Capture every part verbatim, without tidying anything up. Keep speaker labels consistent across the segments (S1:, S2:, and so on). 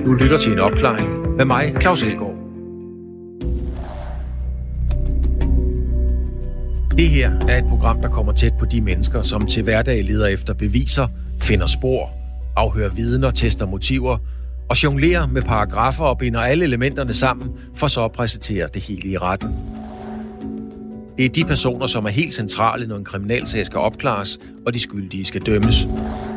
S1: Du lytter til en opklaring med mig, Claus Elgaard. Det her er et program, der kommer tæt på de mennesker, som til hverdag leder efter beviser, finder spor, afhører vidner, tester motiver og jonglerer med paragrafer og binder alle elementerne sammen, for så at præsentere det hele i retten. Det er de personer, som er helt centrale, når en kriminalsag skal opklares, og de skyldige skal dømmes.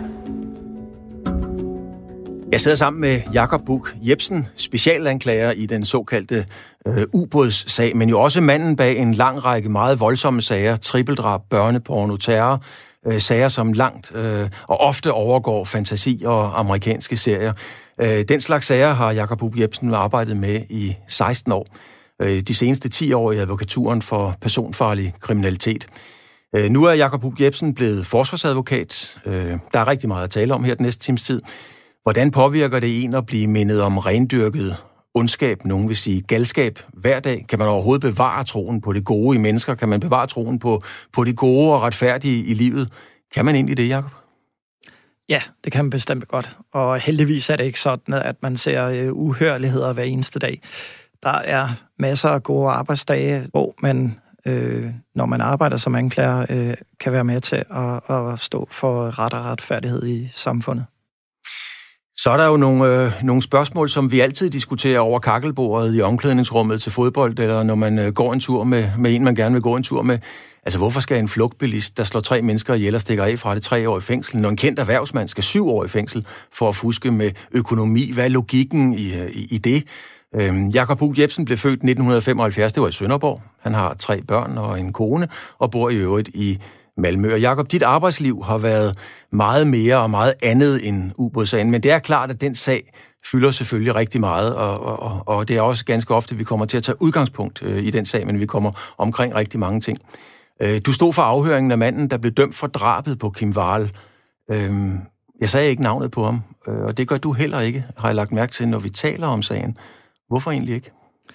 S1: Jeg sidder sammen med Jakob Buch Jepsen, specialanklager i den såkaldte øh, ubådssag, men jo også manden bag en lang række meget voldsomme sager, trippeldrab, børneporno, terror, øh, sager som langt øh, og ofte overgår fantasi og amerikanske serier. Øh, den slags sager har Jakob Buch Jepsen arbejdet med i seksten år. Øh, de seneste ti år i advokaturen for personfarlig kriminalitet. Øh, nu er Jakob Buch Jepsen blevet forsvarsadvokat. Øh, der er rigtig meget at tale om her den næste times tid. Hvordan påvirker det en at blive mindet om rendyrket ondskab, nogen vil sige galskab, hver dag? Kan man overhovedet bevare troen på det gode i mennesker? Kan man bevare troen på, på det gode og retfærdige i livet? Kan man egentlig det, Jakob?
S2: Ja, det kan man bestemt godt. Og heldigvis er det ikke sådan, at man ser uhørligheder hver eneste dag. Der er masser af gode arbejdsdage, hvor man, øh, når man arbejder som anklager, øh, kan være med til at, at stå for ret og retfærdighed i samfundet.
S1: Så er der jo nogle, øh, nogle spørgsmål, som vi altid diskuterer over kakkelbordet i omklædningsrummet til fodbold, eller når man øh, går en tur med, med en, man gerne vil gå en tur med. Altså, hvorfor skal en flugtbilist, der slår tre mennesker ihjel og stikker af fra det tre år i fængsel, når en kendt erhvervsmand skal syv år i fængsel for at fuske med økonomi? Hvad er logikken i, i, i det? Øhm, Jakob Buch Jepsen blev født nitten femoghalvfjerds, det var i Sønderborg. Han har tre børn og en kone, og bor i øvrigt i Malmø. Og Jakob, dit arbejdsliv har været meget mere og meget andet end ubådssagen, men det er klart, at den sag fylder selvfølgelig rigtig meget, og, og, og det er også ganske ofte, at vi kommer til at tage udgangspunkt øh, i den sag, men vi kommer omkring rigtig mange ting. Øh, du stod for afhøringen af manden, der blev dømt for drabet på Kim Wall. Øh, jeg sagde ikke navnet på ham, øh, og det gør du heller ikke, har jeg lagt mærke til, når vi taler om sagen. Hvorfor egentlig ikke?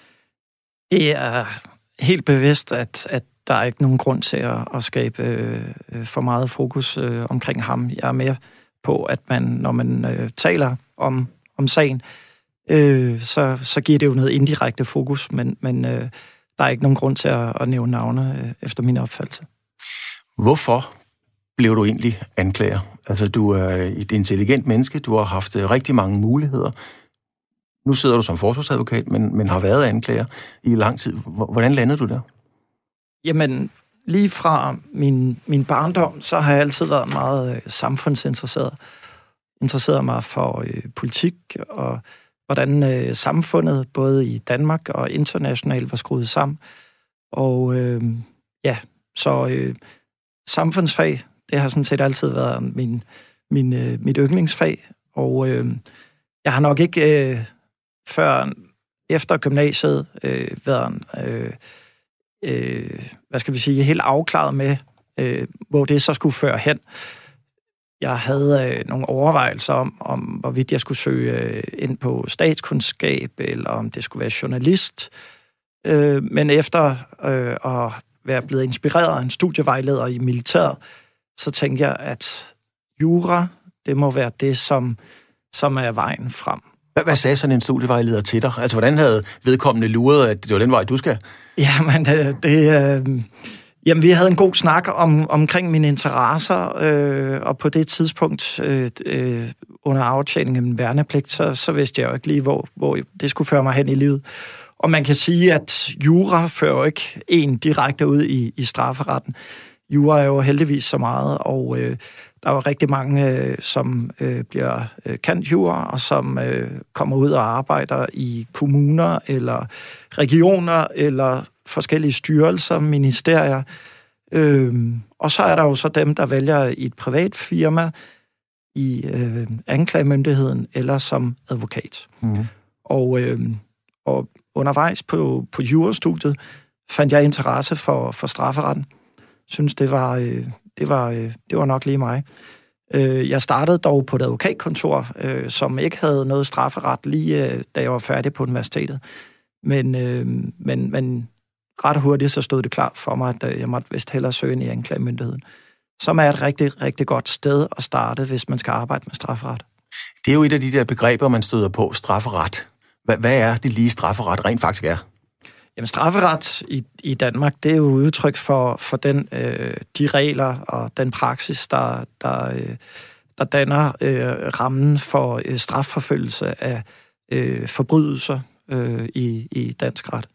S2: Det er helt bevidst, at, at der er ikke nogen grund til at, at skabe øh, for meget fokus øh, omkring ham. Jeg er mere på, at man, når man øh, taler om, om sagen, øh, så, så giver det jo noget indirekte fokus, men, men øh, der er ikke nogen grund til at, at nævne navne øh, efter min opfattelse.
S1: Hvorfor blev du egentlig anklager? Altså, du er et intelligent menneske, du har haft rigtig mange muligheder. Nu sidder du som forsvarsadvokat, men, men har været anklager i lang tid. Hvordan landede du der?
S2: Jamen, lige fra min, min barndom, så har jeg altid været meget øh, samfundsinteresseret. Interesseret mig for øh, politik og hvordan øh, samfundet, både i Danmark og internationalt, var skruet sammen. Og øh, ja, så øh, samfundsfag, det har sådan set altid været min, min, øh, mit yndlingsfag. Og øh, jeg har nok ikke øh, før efter gymnasiet øh, været øh, øh, hvad skal vi sige, helt afklaret med, øh, hvor det så skulle føre hen. Jeg havde øh, nogle overvejelser om, om, hvorvidt jeg skulle søge øh, ind på statskundskab, eller om det skulle være journalist. Øh, men efter øh, at være blevet inspireret af en studievejleder i militæret, så tænkte jeg, at jura, det må være det, som, som er vejen frem.
S1: Hvad, hvad sagde sådan en studievejleder til dig? Altså, hvordan havde vedkommende luret, at det var den vej, du skal?
S2: Jamen, det... Øh, jamen, vi havde en god snak om, omkring mine interesser, øh, og på det tidspunkt, øh, øh, under aftjeningen af min værnepligt, så, så vidste jeg jo ikke lige, hvor, hvor det skulle føre mig hen i livet. Og man kan sige, at jura fører jo ikke en direkte ud i, i strafferetten. Jura er jo heldigvis så meget, og øh, der er jo rigtig mange, øh, som øh, bliver øh, kendt jura, og som øh, kommer ud og arbejder i kommuner, eller regioner, eller forskellige styrelser, ministerier. Øh, og så er der jo så dem, der vælger i et privat firma, i øh, anklagemyndigheden, eller som advokat. Mm. Og, øh, og undervejs på, på jurastudiet fandt jeg interesse for, for strafferetten. Synes, det var, øh, det, var, øh, det var nok lige mig. Øh, jeg startede dog på et advokatkontor, øh, som ikke havde noget strafferet, lige øh, da jeg var færdig på universitetet. Men, øh, men, men ret hurtigt så stod det klart for mig, at jeg måtte vist hellere søge ind i anklagemyndigheden, som er et rigtig, rigtig godt sted at starte, hvis man skal arbejde med strafferet.
S1: Det er jo et af de der begreber, man støder på, strafferet. Hvad, hvad er det lige strafferet rent faktisk er?
S2: Jamen, strafferet i, i Danmark, det er jo udtryk for, for den, øh, de regler og den praksis, der, der, øh, der danner øh, rammen for øh, strafforfølgelse af øh, forbrydelser øh, i, i dansk ret.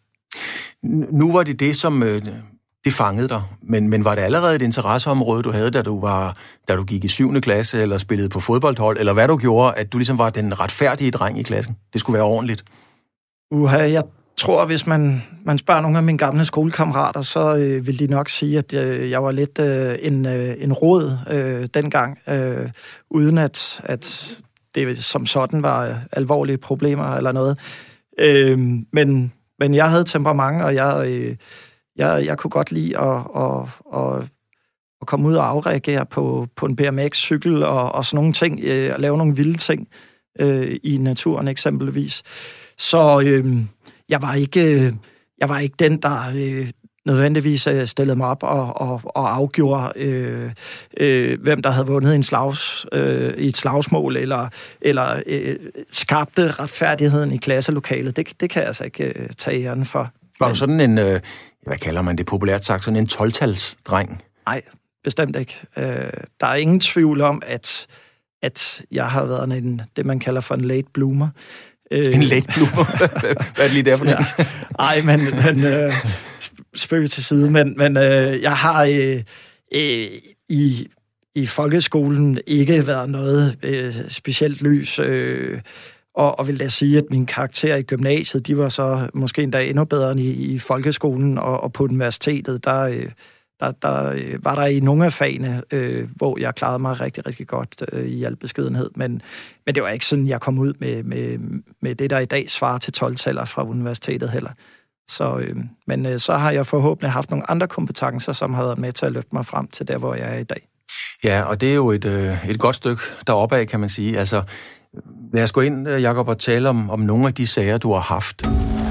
S1: Nu var det det, som øh, det fangede dig, men, men var det allerede et interesseområde, du havde, da du, var, da du gik i syvende klasse, eller spillede på fodboldhold, eller hvad du gjorde, at du ligesom var den retfærdige dreng i klassen? Det skulle være ordentligt.
S2: Uha, jeg tror, hvis man, man spørger nogle af mine gamle skolekammerater, så øh, vil de nok sige, at jeg, jeg var lidt øh, en, øh, en rod øh, dengang, øh, uden at, at det som sådan var alvorlige problemer eller noget. Øh, men, men jeg havde temperament, og jeg, øh, jeg, jeg kunne godt lide at, at, at, at komme ud og afreagere på, på en B M X-cykel og, og sådan nogle ting, øh, og lave nogle vilde ting øh, i naturen eksempelvis. Så øh, jeg var ikke, jeg var ikke den, der øh, nødvendigvis stillede mig op og, og, og afgjorde, øh, øh, hvem der havde vundet en slags, øh, i et slagsmål, eller, eller øh, skabte retfærdigheden i klasselokalet. Det, det kan jeg altså ikke øh, tage æren for.
S1: Var du sådan en, øh, hvad kalder man det populært sagt, sådan en tolv-talsdreng?
S2: Nej, bestemt ikke. Øh, der er ingen tvivl om, at, at jeg har været en, det, man kalder for en late bloomer.
S1: En late bloomer? Hvad er det lige der for noget?
S2: Ja. Ej, men, men øh, spøg til side, men, men øh, jeg har øh, øh, i, i folkeskolen ikke været noget øh, specielt lys, øh, og, og vil da sige, at mine karakterer i gymnasiet, de var så måske endda endnu bedre end i, i folkeskolen, og, og på universitetet, der, øh, der, der øh, var der i nogle af fagene, øh, hvor jeg klarede mig rigtig, rigtig godt øh, i al beskedenhed, men, men det var ikke sådan, jeg kom ud med, med, med det, der i dag svarer til tolv-taller fra universitetet heller. Så, øh, men øh, så har jeg forhåbentlig haft nogle andre kompetencer, som har været med til at løfte mig frem til der, hvor jeg er i dag.
S1: Ja, og det er jo et, øh, et godt stykke deroppe af, kan man sige. Altså, lad os gå ind, Jacob, og tale om, om nogle af de sager, du har haft.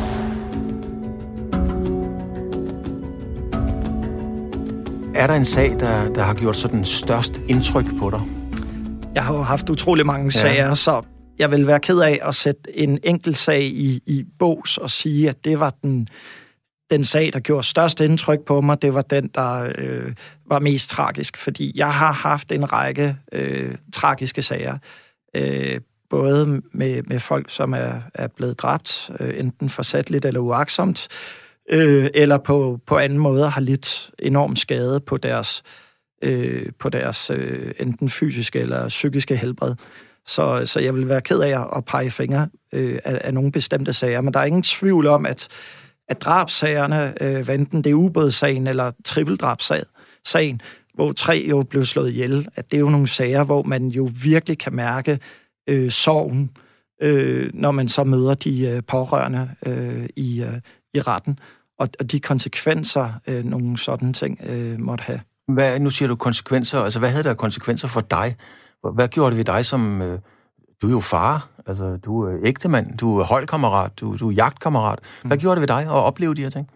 S1: Er der en sag, der, der har gjort sådan størst indtryk på dig?
S2: Jeg har jo haft utrolig mange ja. sager, så jeg vil være ked af at sætte en enkelt sag i, i bås og sige, at det var den, den sag, der gjorde størst indtryk på mig. Det var den, der øh, var mest tragisk, fordi jeg har haft en række øh, tragiske sager. Øh, både med, med folk, som er, er blevet dræbt, øh, enten forsætligt eller uagtsomt, øh, eller på, på anden måde har lidt enorm skade på deres, øh, på deres øh, enten fysiske eller psykiske helbred. Så, så jeg vil være ked af at pege fingre øh, af, af nogle bestemte sager, men der er ingen tvivl om, at, at drabsagerne, øh, enten det er ubådssagen eller trippeldrabssagen, hvor tre jo blev slået ihjel, at det er jo nogle sager, hvor man jo virkelig kan mærke øh, sorgen, øh, når man så møder de øh, pårørende øh, i, øh, i retten, og, og de konsekvenser, øh, nogle sådan ting øh, måtte have.
S1: Hvad, nu siger du konsekvenser, altså hvad havde der konsekvenser for dig? Hvad gjorde det ved dig som, øh, du er jo far, altså du er ægtemand, du er holdkammerat, du, du er jagtkammerat. Hvad mm. gjorde det ved dig at opleve de her ting?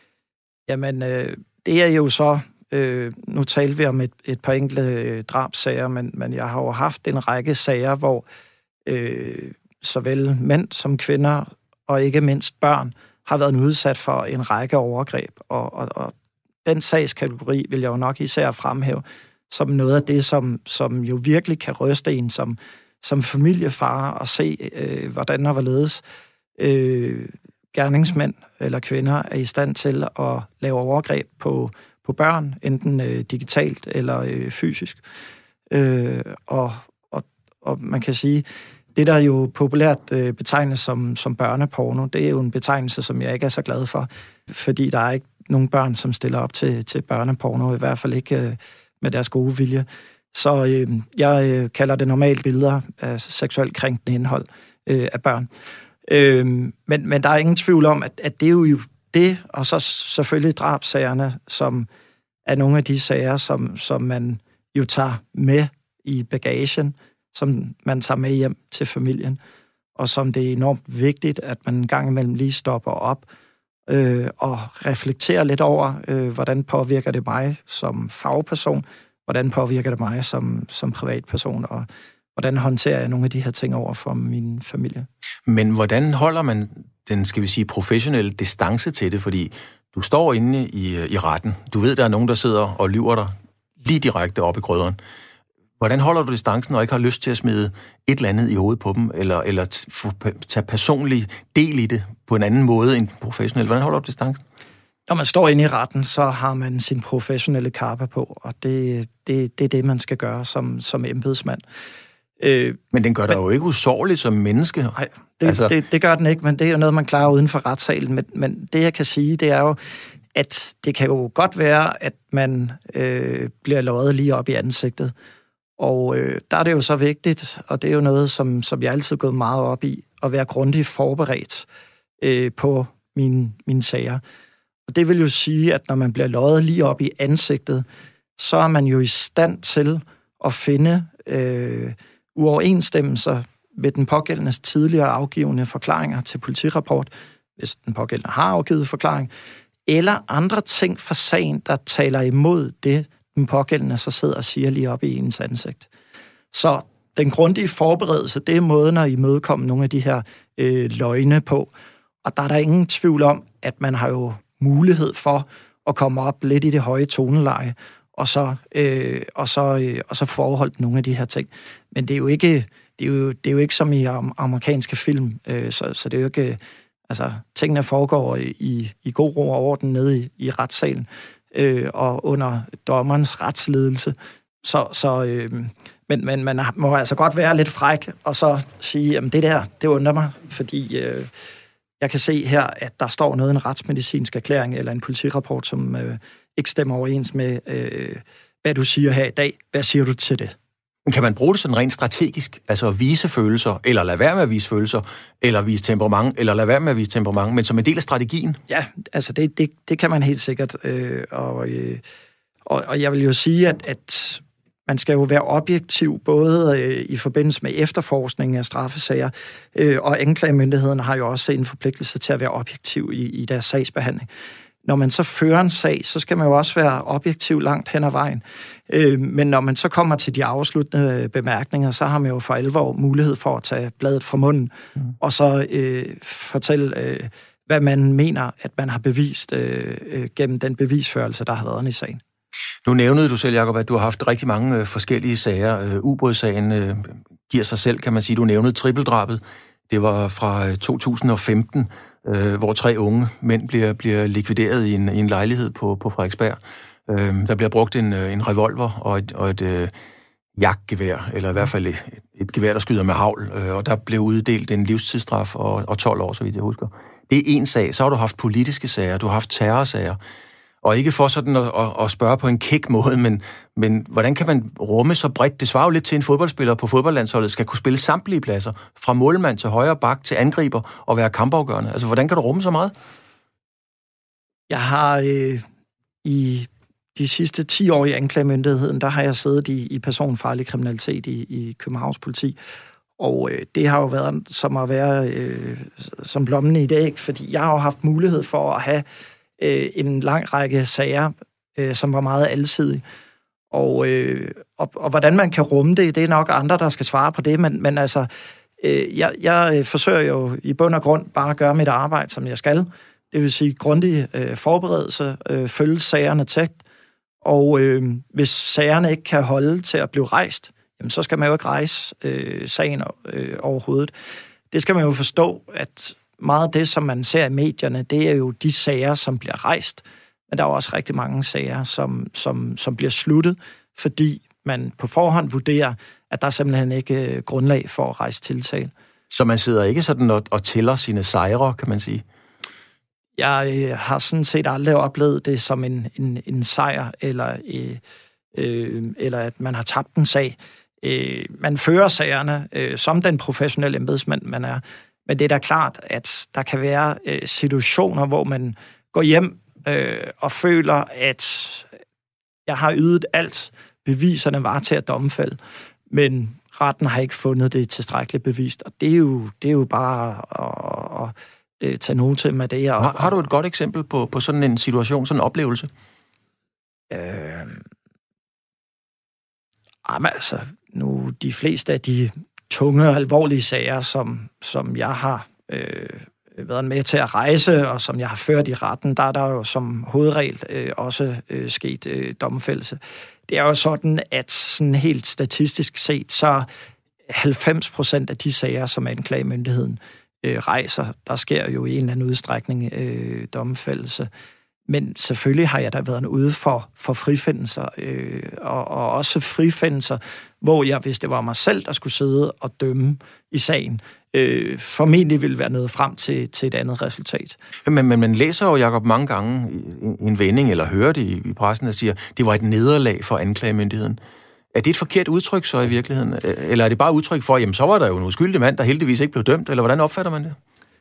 S2: Jamen, øh, det er jo så, øh, nu talte vi om et, et par enkelte øh, drabsager, men, men jeg har jo haft en række sager, hvor øh, såvel mænd som kvinder, og ikke mindst børn, har været udsat for en række overgreb, og, og, og den sagskategori vil jeg jo nok især fremhæve som noget af det, som, som jo virkelig kan ryste en som, som familiefar og se, øh, hvordan og hvorledes øh, gerningsmænd eller kvinder er i stand til at lave overgreb på, på børn, enten øh, digitalt eller øh, fysisk. Øh, og, og, og man kan sige, det der jo populært øh, betegnes som, som børneporno, det er jo en betegnelse, som jeg ikke er så glad for, fordi der er ikke nogen børn, som stiller op til, til børneporno, i hvert fald ikke øh, med deres gode vilje. Så øh, jeg øh, kalder det normalt billeder af seksuelt krænkende indhold øh, af børn. Øh, men, men der er ingen tvivl om, at, at det er jo det, og så selvfølgelig drabsagerne, som er nogle af de sager, som, som man jo tager med i bagagen, som man tager med hjem til familien, og som det er enormt vigtigt, at man en gang imellem lige stopper op øh, og reflekterer lidt over, øh, hvordan påvirker det mig som fagperson, hvordan påvirker det mig som, som privatperson, og hvordan håndterer jeg nogle af de her ting over for min familie.
S1: Men hvordan holder man den, skal vi sige, professionelle distance til det? Fordi du står inde i, i retten. Du ved, der er nogen, der sidder og lyver dig lige direkte op i grøderen. Hvordan holder du distancen, og ikke har lyst til at smide et eller andet i hovedet på dem, eller, eller t- tage personlig del i det på en anden måde end professionel? Hvordan holder du distancen?
S2: Når man står inde i retten, så har man sin professionelle kappe på, og det, det, det er det, man skal gøre som, som embedsmand. Øh,
S1: men den gør dig jo ikke usårlig som menneske.
S2: Nej, det, altså... det, det gør den ikke, men det er jo noget, man klarer uden for retssalen. Men, men det, jeg kan sige, det er jo, at det kan jo godt være, at man øh, bliver løjet lige op i ansigtet. Og øh, der er det jo så vigtigt, og det er jo noget, som, som jeg altid er gået meget op i, at være grundigt forberedt øh, på mine, mine sager. Og det vil jo sige, at når man bliver løjet lige op i ansigtet, så er man jo i stand til at finde øh, uoverensstemmelser med den pågældendes tidligere afgivende forklaringer til politirapport, hvis den pågældende har afgivet forklaring, eller andre ting fra sagen, der taler imod det, den pågældende så sidder og siger lige op i ens ansigt. Så den grundige forberedelse, det er måden at imødekomme nogle af de her øh, løgne på. Og der er der ingen tvivl om, at man har jo mulighed for at komme op lidt i det høje toneleje, og så, øh, og så, øh, og så forholdt nogle af de her ting. Men det er jo ikke, det er jo, det er jo ikke som i amerikanske film, øh, så, så det er jo ikke, altså tingene foregår i, i god ro og orden nede i, i retssalen, øh, og under dommerens retsledelse. Så, så øh, men, men man må altså godt være lidt fræk, og så sige, jamen det der, det undrer mig, fordi øh, jeg kan se her, at der står noget i en retsmedicinsk erklæring, eller en politirapport, som øh, ikke stemmer overens med, øh, hvad du siger her i dag. Hvad siger du til det?
S1: Men kan man bruge det sådan rent strategisk? Altså at vise følelser, eller lade være med at vise følelser, eller vise temperament, eller lade være med at vise temperament, men som en del af strategien?
S2: Ja, altså det, det, det kan man helt sikkert. Øh, og, øh, og, og jeg vil jo sige, at, at man skal jo være objektiv, både øh, i forbindelse med efterforskning af straffesager, øh, og anklagemyndigheden har jo også en forpligtelse til at være objektiv i, i deres sagsbehandling. Når man så fører en sag, så skal man jo også være objektiv langt hen ad vejen. Øh, men når man så kommer til de afsluttende bemærkninger, så har man jo for alvor mulighed for at tage bladet fra munden, mm. og så øh, fortælle, øh, hvad man mener, at man har bevist øh, øh, gennem den bevisførelse, der har været i sagen.
S1: Nu nævnede du selv, Jacob, at du har haft rigtig mange øh, forskellige sager. Øh, ubådssagen øh, giver sig selv, kan man sige. Du nævnede trippeldrabet. Det var fra to tusind og femten, øh, hvor tre unge mænd bliver, bliver likvideret i en, i en lejlighed på, på Frederiksberg. Øh, der bliver brugt en, en revolver og et, og et øh, jagtgevær, eller i hvert fald et, et gevær, der skyder med hagl, øh, og der blev uddelt en livstidsstraf og, og tolv år, så vidt jeg husker. Det er en sag. Så har du haft politiske sager, du har haft terrorsager. Og ikke for sådan at, at, at spørge på en kæk måde, men, men hvordan kan man rumme så bredt? Det svarer jo lidt til en fodboldspiller på fodboldlandsholdet, skal kunne spille samtlige pladser, fra målmand til højre bak til angriber og være kampafgørende. Altså, hvordan kan du rumme så meget?
S2: Jeg har øh, i de sidste ti år i anklagemyndigheden, der har jeg siddet i, i personfarlig kriminalitet i, i Københavns politi. Og øh, det har jo været som at være øh, som blommen i et æg, fordi jeg har jo haft mulighed for at have øh, en lang række sager, øh, som var meget alsidige. Og, øh, og, og hvordan man kan rumme det, det er nok andre, der skal svare på det, men, men altså, øh, jeg, jeg forsøger jo i bund og grund bare at gøre mit arbejde, som jeg skal. Det vil sige grundig øh, forberedelse, øh, følge sagerne tæt, og øh, hvis sagerne ikke kan holde til at blive rejst, jamen, så skal man jo ikke rejse øh, sagen øh, overhovedet. Det skal man jo forstå, at meget af det, som man ser i medierne, det er jo de sager, som bliver rejst. Men der er også rigtig mange sager, som, som, som bliver sluttet, fordi man på forhånd vurderer, at der simpelthen ikke er grundlag for at rejse tiltale.
S1: Så man sidder ikke sådan og, og tæller sine sejre, kan man sige?
S2: Jeg øh, har sådan set aldrig oplevet det som en, en, en sejr, eller, øh, øh, eller at man har tabt en sag. Øh, man fører sagerne øh, som den professionelle embedsmand, man er. Men det er da klart, at der kan være øh, situationer, hvor man går hjem øh, og føler, at jeg har ydet alt, beviserne var til at domfælde, men retten har ikke fundet det tilstrækkeligt bevist. Og det er jo, det er jo bare at, at, at tage note med det. Og,
S1: har, har du et godt eksempel på, på sådan en situation, sådan en oplevelse?
S2: Øh, jamen, altså, nu de fleste af de tunge og alvorlige sager, som, som jeg har øh, været med til at rejse, og som jeg har ført i retten, der er der jo som hovedregel øh, også øh, sket øh, domfældelse. Det er jo sådan, at sådan helt statistisk set, så halvfems procent af de sager, som anklagemyndigheden øh, rejser, der sker jo i en eller anden udstrækning øh, domfældelse. Men selvfølgelig har jeg da været ude for, for frifindelser, øh, og, og også frifindelser, hvor jeg, hvis det var mig selv, der skulle sidde og dømme i sagen, øh, formentlig ville være nået frem til, til et andet resultat.
S1: Men, men man læser jo, Jacob, mange gange i en vending, eller hører det i, i pressen, der siger, det var et nederlag for anklagemyndigheden. Er det et forkert udtryk så i virkeligheden? Eller er det bare udtryk for, jamen så var der jo en uskyldig mand, der heldigvis ikke blev dømt, eller hvordan opfatter man det?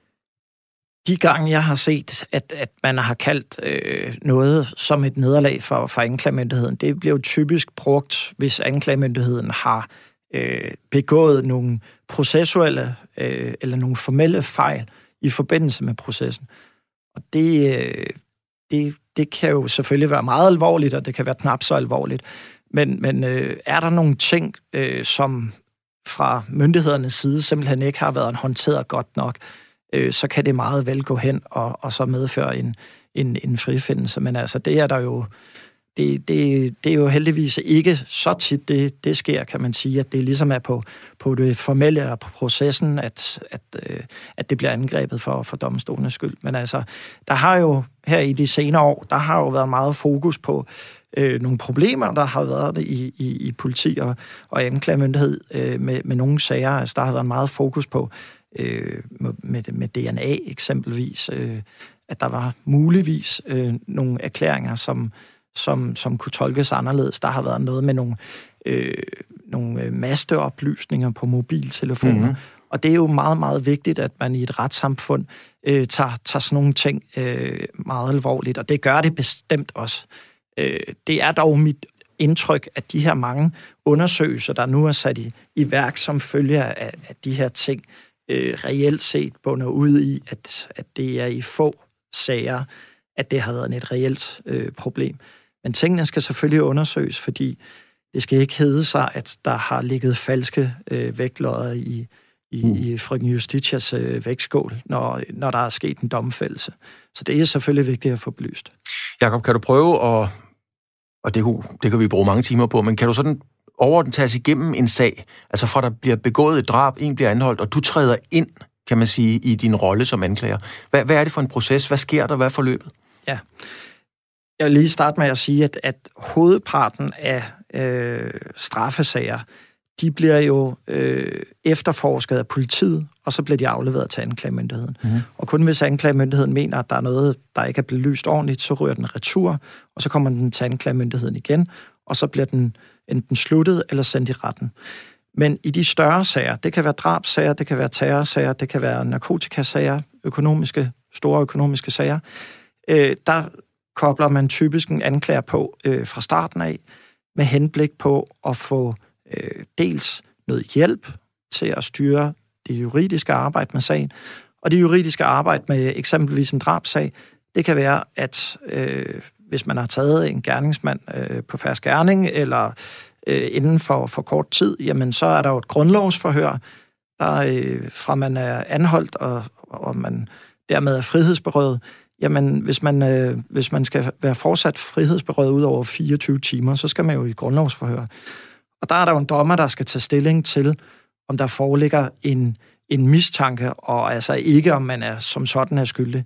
S2: De gange, jeg har set, at, at man har kaldt øh, noget som et nederlag for, for anklagemyndigheden, det bliver jo typisk brugt, hvis anklagemyndigheden har øh, begået nogle processuelle øh, eller nogle formelle fejl i forbindelse med processen. Og det, øh, det, det kan jo selvfølgelig være meget alvorligt, og det kan være knap så alvorligt. Men, men øh, er der nogle ting, øh, som fra myndighedernes side simpelthen ikke har været håndteret godt nok, øh, så kan det meget vel gå hen og, og så medføre en, en, en frifindelse. Men altså, det er der jo, det, det, det er jo heldigvis ikke så tit, det, det sker, kan man sige, at det ligesom er på, på det formelle og på processen, at, at, øh, at det bliver angrebet for, for domstolenes skyld. Men altså, der har jo her i de senere år, der har jo været meget fokus på Øh, nogle problemer, der har været i, i, i politi og, og anklagemyndighed øh, med, med nogle sager. Altså, der har været meget fokus på øh, med, med D N A eksempelvis, øh, at der var muligvis øh, nogle erklæringer, som, som, som kunne tolkes anderledes. Der har været noget med nogle, øh, nogle masteoplysninger på mobiltelefoner. Mm-hmm. Og det er jo meget, meget vigtigt, at man i et retssamfund øh, tager, tager sådan nogle ting øh, meget alvorligt, og det gør det bestemt også. Det er dog mit indtryk, at de her mange undersøgelser, der nu er sat i, i værk som følge af, af de her ting, øh, reelt set bunder ud i, at, at det er i få sager, at det har været et reelt øh, problem. Men tingene skal selvfølgelig undersøges, fordi det skal ikke hedde sig, at der har ligget falske øh, vægtlodder i, i, mm. i frøken Justitias øh, vægtskål, når, når der er sket en domfældelse. Så det er selvfølgelig vigtigt at få belyst.
S1: Jacob, kan du prøve at, og det, det kan vi bruge mange timer på, men kan du sådan overordnet tage os igennem en sag, altså fra der bliver begået et drab, en bliver anholdt, og du træder ind, kan man sige, i din rolle som anklager. Hvad, hvad er det for en proces? Hvad sker der? Hvad er forløbet?
S2: Ja, jeg vil lige starte med at sige, at, at hovedparten af øh, straffesager, de bliver jo øh, efterforsket af politiet, og så bliver de afleveret til anklagemyndigheden. Mm-hmm. Og kun hvis anklagemyndigheden mener, at der er noget, der ikke er blevet løst ordentligt, så rører den retur, og så kommer den til anklagemyndigheden igen, og så bliver den enten sluttet eller sendt i retten. Men i de større sager, det kan være drabsager, det kan være terrorsager, det kan være narkotikasager, økonomiske, store økonomiske sager, øh, der kobler man typisk en anklager på øh, fra starten af, med henblik på at få øh, dels noget hjælp til at styre det juridiske arbejde med sagen, og det juridiske arbejde med eksempelvis en drabsag, det kan være, at øh, hvis man har taget en gerningsmand øh, på fersk gerning, eller øh, inden for, for kort tid, jamen så er der jo et grundlovsforhør, der øh, fra man er anholdt, og, og man dermed er frihedsberøvet. Jamen, hvis man, øh, hvis man skal være fortsat frihedsberøvet ud over fireogtyve timer, så skal man jo i grundlovsforhør. Og der er der jo en dommer, der skal tage stilling til, om der foreligger en, en mistanke, og altså ikke, om man er som sådan er skyldig.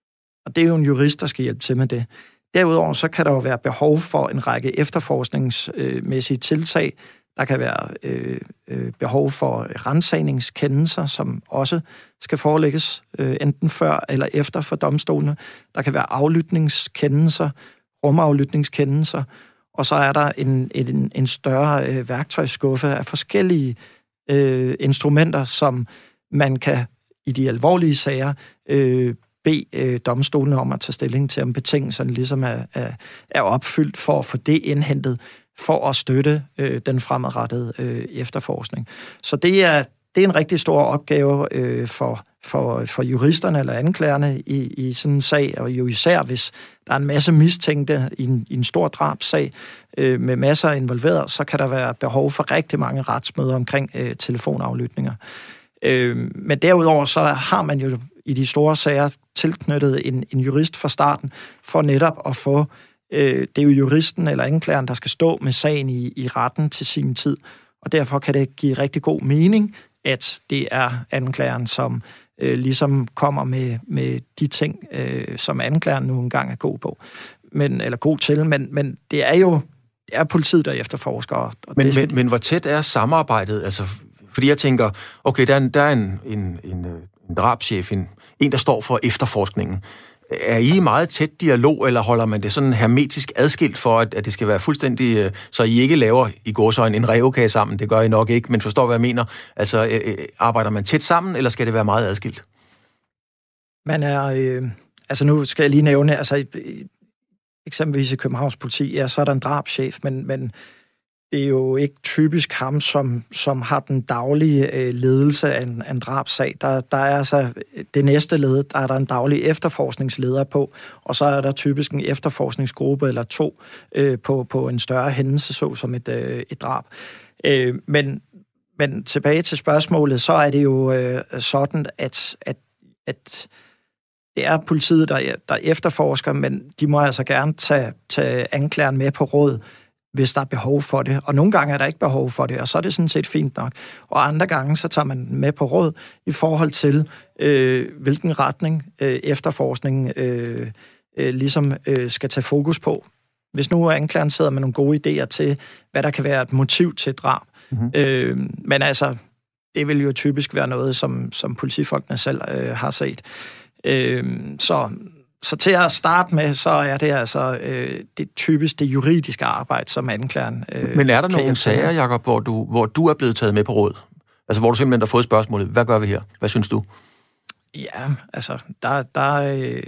S2: Og det er jo en jurist, der skal hjælpe til med det. Derudover så kan der jo være behov for en række efterforskningsmæssige tiltag. Der kan være øh, øh, behov for ransagningskendelser, som også skal forelægges øh, enten før eller efter for domstolene. Der kan være aflytningskendelser, rumaflytningskendelser, og så er der en, en, en større øh, værktøjsskuffe af forskellige øh, instrumenter, som man kan i de alvorlige sager øh, bede øh, domstolene om at tage stilling til, om betingelserne ligesom er, er, er opfyldt for at få det indhentet, for at støtte øh, den fremadrettede øh, efterforskning. Så det er, det er en rigtig stor opgave øh, for, for, for juristerne eller anklagerne i, i sådan en sag, og jo især hvis der er en masse mistænkte i en, i en stor drabssag øh, med masser af involveret, så kan der være behov for rigtig mange retsmøder omkring øh, telefonaflytninger. Øh, men derudover så har man jo i de store sager tilknyttet en, en jurist fra starten, for netop at få, øh, det er jo juristen eller anklageren, der skal stå med sagen i, i retten til sin tid, og derfor kan det give rigtig god mening, at det er anklageren, som øh, ligesom kommer med, med de ting, øh, som anklageren nu engang er god på, men, eller god til, men, men det er jo det er politiet, der efterforsker. Og
S1: men,
S2: det
S1: men, men hvor tæt er samarbejdet? Altså, fordi jeg tænker, okay, der er en, der er en, en, en, en drabschef, en, en, der står for efterforskningen. Er I meget tæt dialog, eller holder man det sådan hermetisk adskilt for, at, at det skal være fuldstændig, så I ikke laver i gåseøjne en rævekage sammen? Det gør I nok ikke, men forstår, hvad jeg mener. Altså, øh, arbejder man tæt sammen, eller skal det være meget adskilt?
S2: Man er, øh, altså nu skal jeg lige nævne, altså eksempelvis i Københavns politi, ja, så er der en drabschef, men, men det er jo ikke typisk ham, som, som har den daglige øh, ledelse af en, af en drabssag. Der, der er altså det næste led, der er der en daglig efterforskningsleder på, og så er der typisk en efterforskningsgruppe eller to øh, på, på en større hændelse, så som et, øh, et drab. Øh, men, men tilbage til spørgsmålet, så er det jo øh, sådan, at, at, at det er politiet, der, der efterforsker, men de må altså gerne tage, tage anklageren med på råd, hvis der er behov for det. Og nogle gange er der ikke behov for det, og så er det sådan set fint nok. Og andre gange, så tager man med på råd i forhold til, øh, hvilken retning øh, efterforskningen øh, øh, ligesom øh, skal tage fokus på. Hvis nu anklageren sidder med nogle gode idéer til, hvad der kan være et motiv til et drab. Mm-hmm. Øh, men altså, det vil jo typisk være noget, som, som politifolkene selv øh, har set. Øh, så... Så til at starte med, så er det altså øh, det typisk det juridiske arbejde, som anklageren øh,
S1: Men er der nogle sager, Jacob, hvor du, hvor du er blevet taget med på råd? Altså, hvor du simpelthen har fået spørgsmålet, hvad gør vi her? Hvad synes du?
S2: Ja, altså, der, der, øh,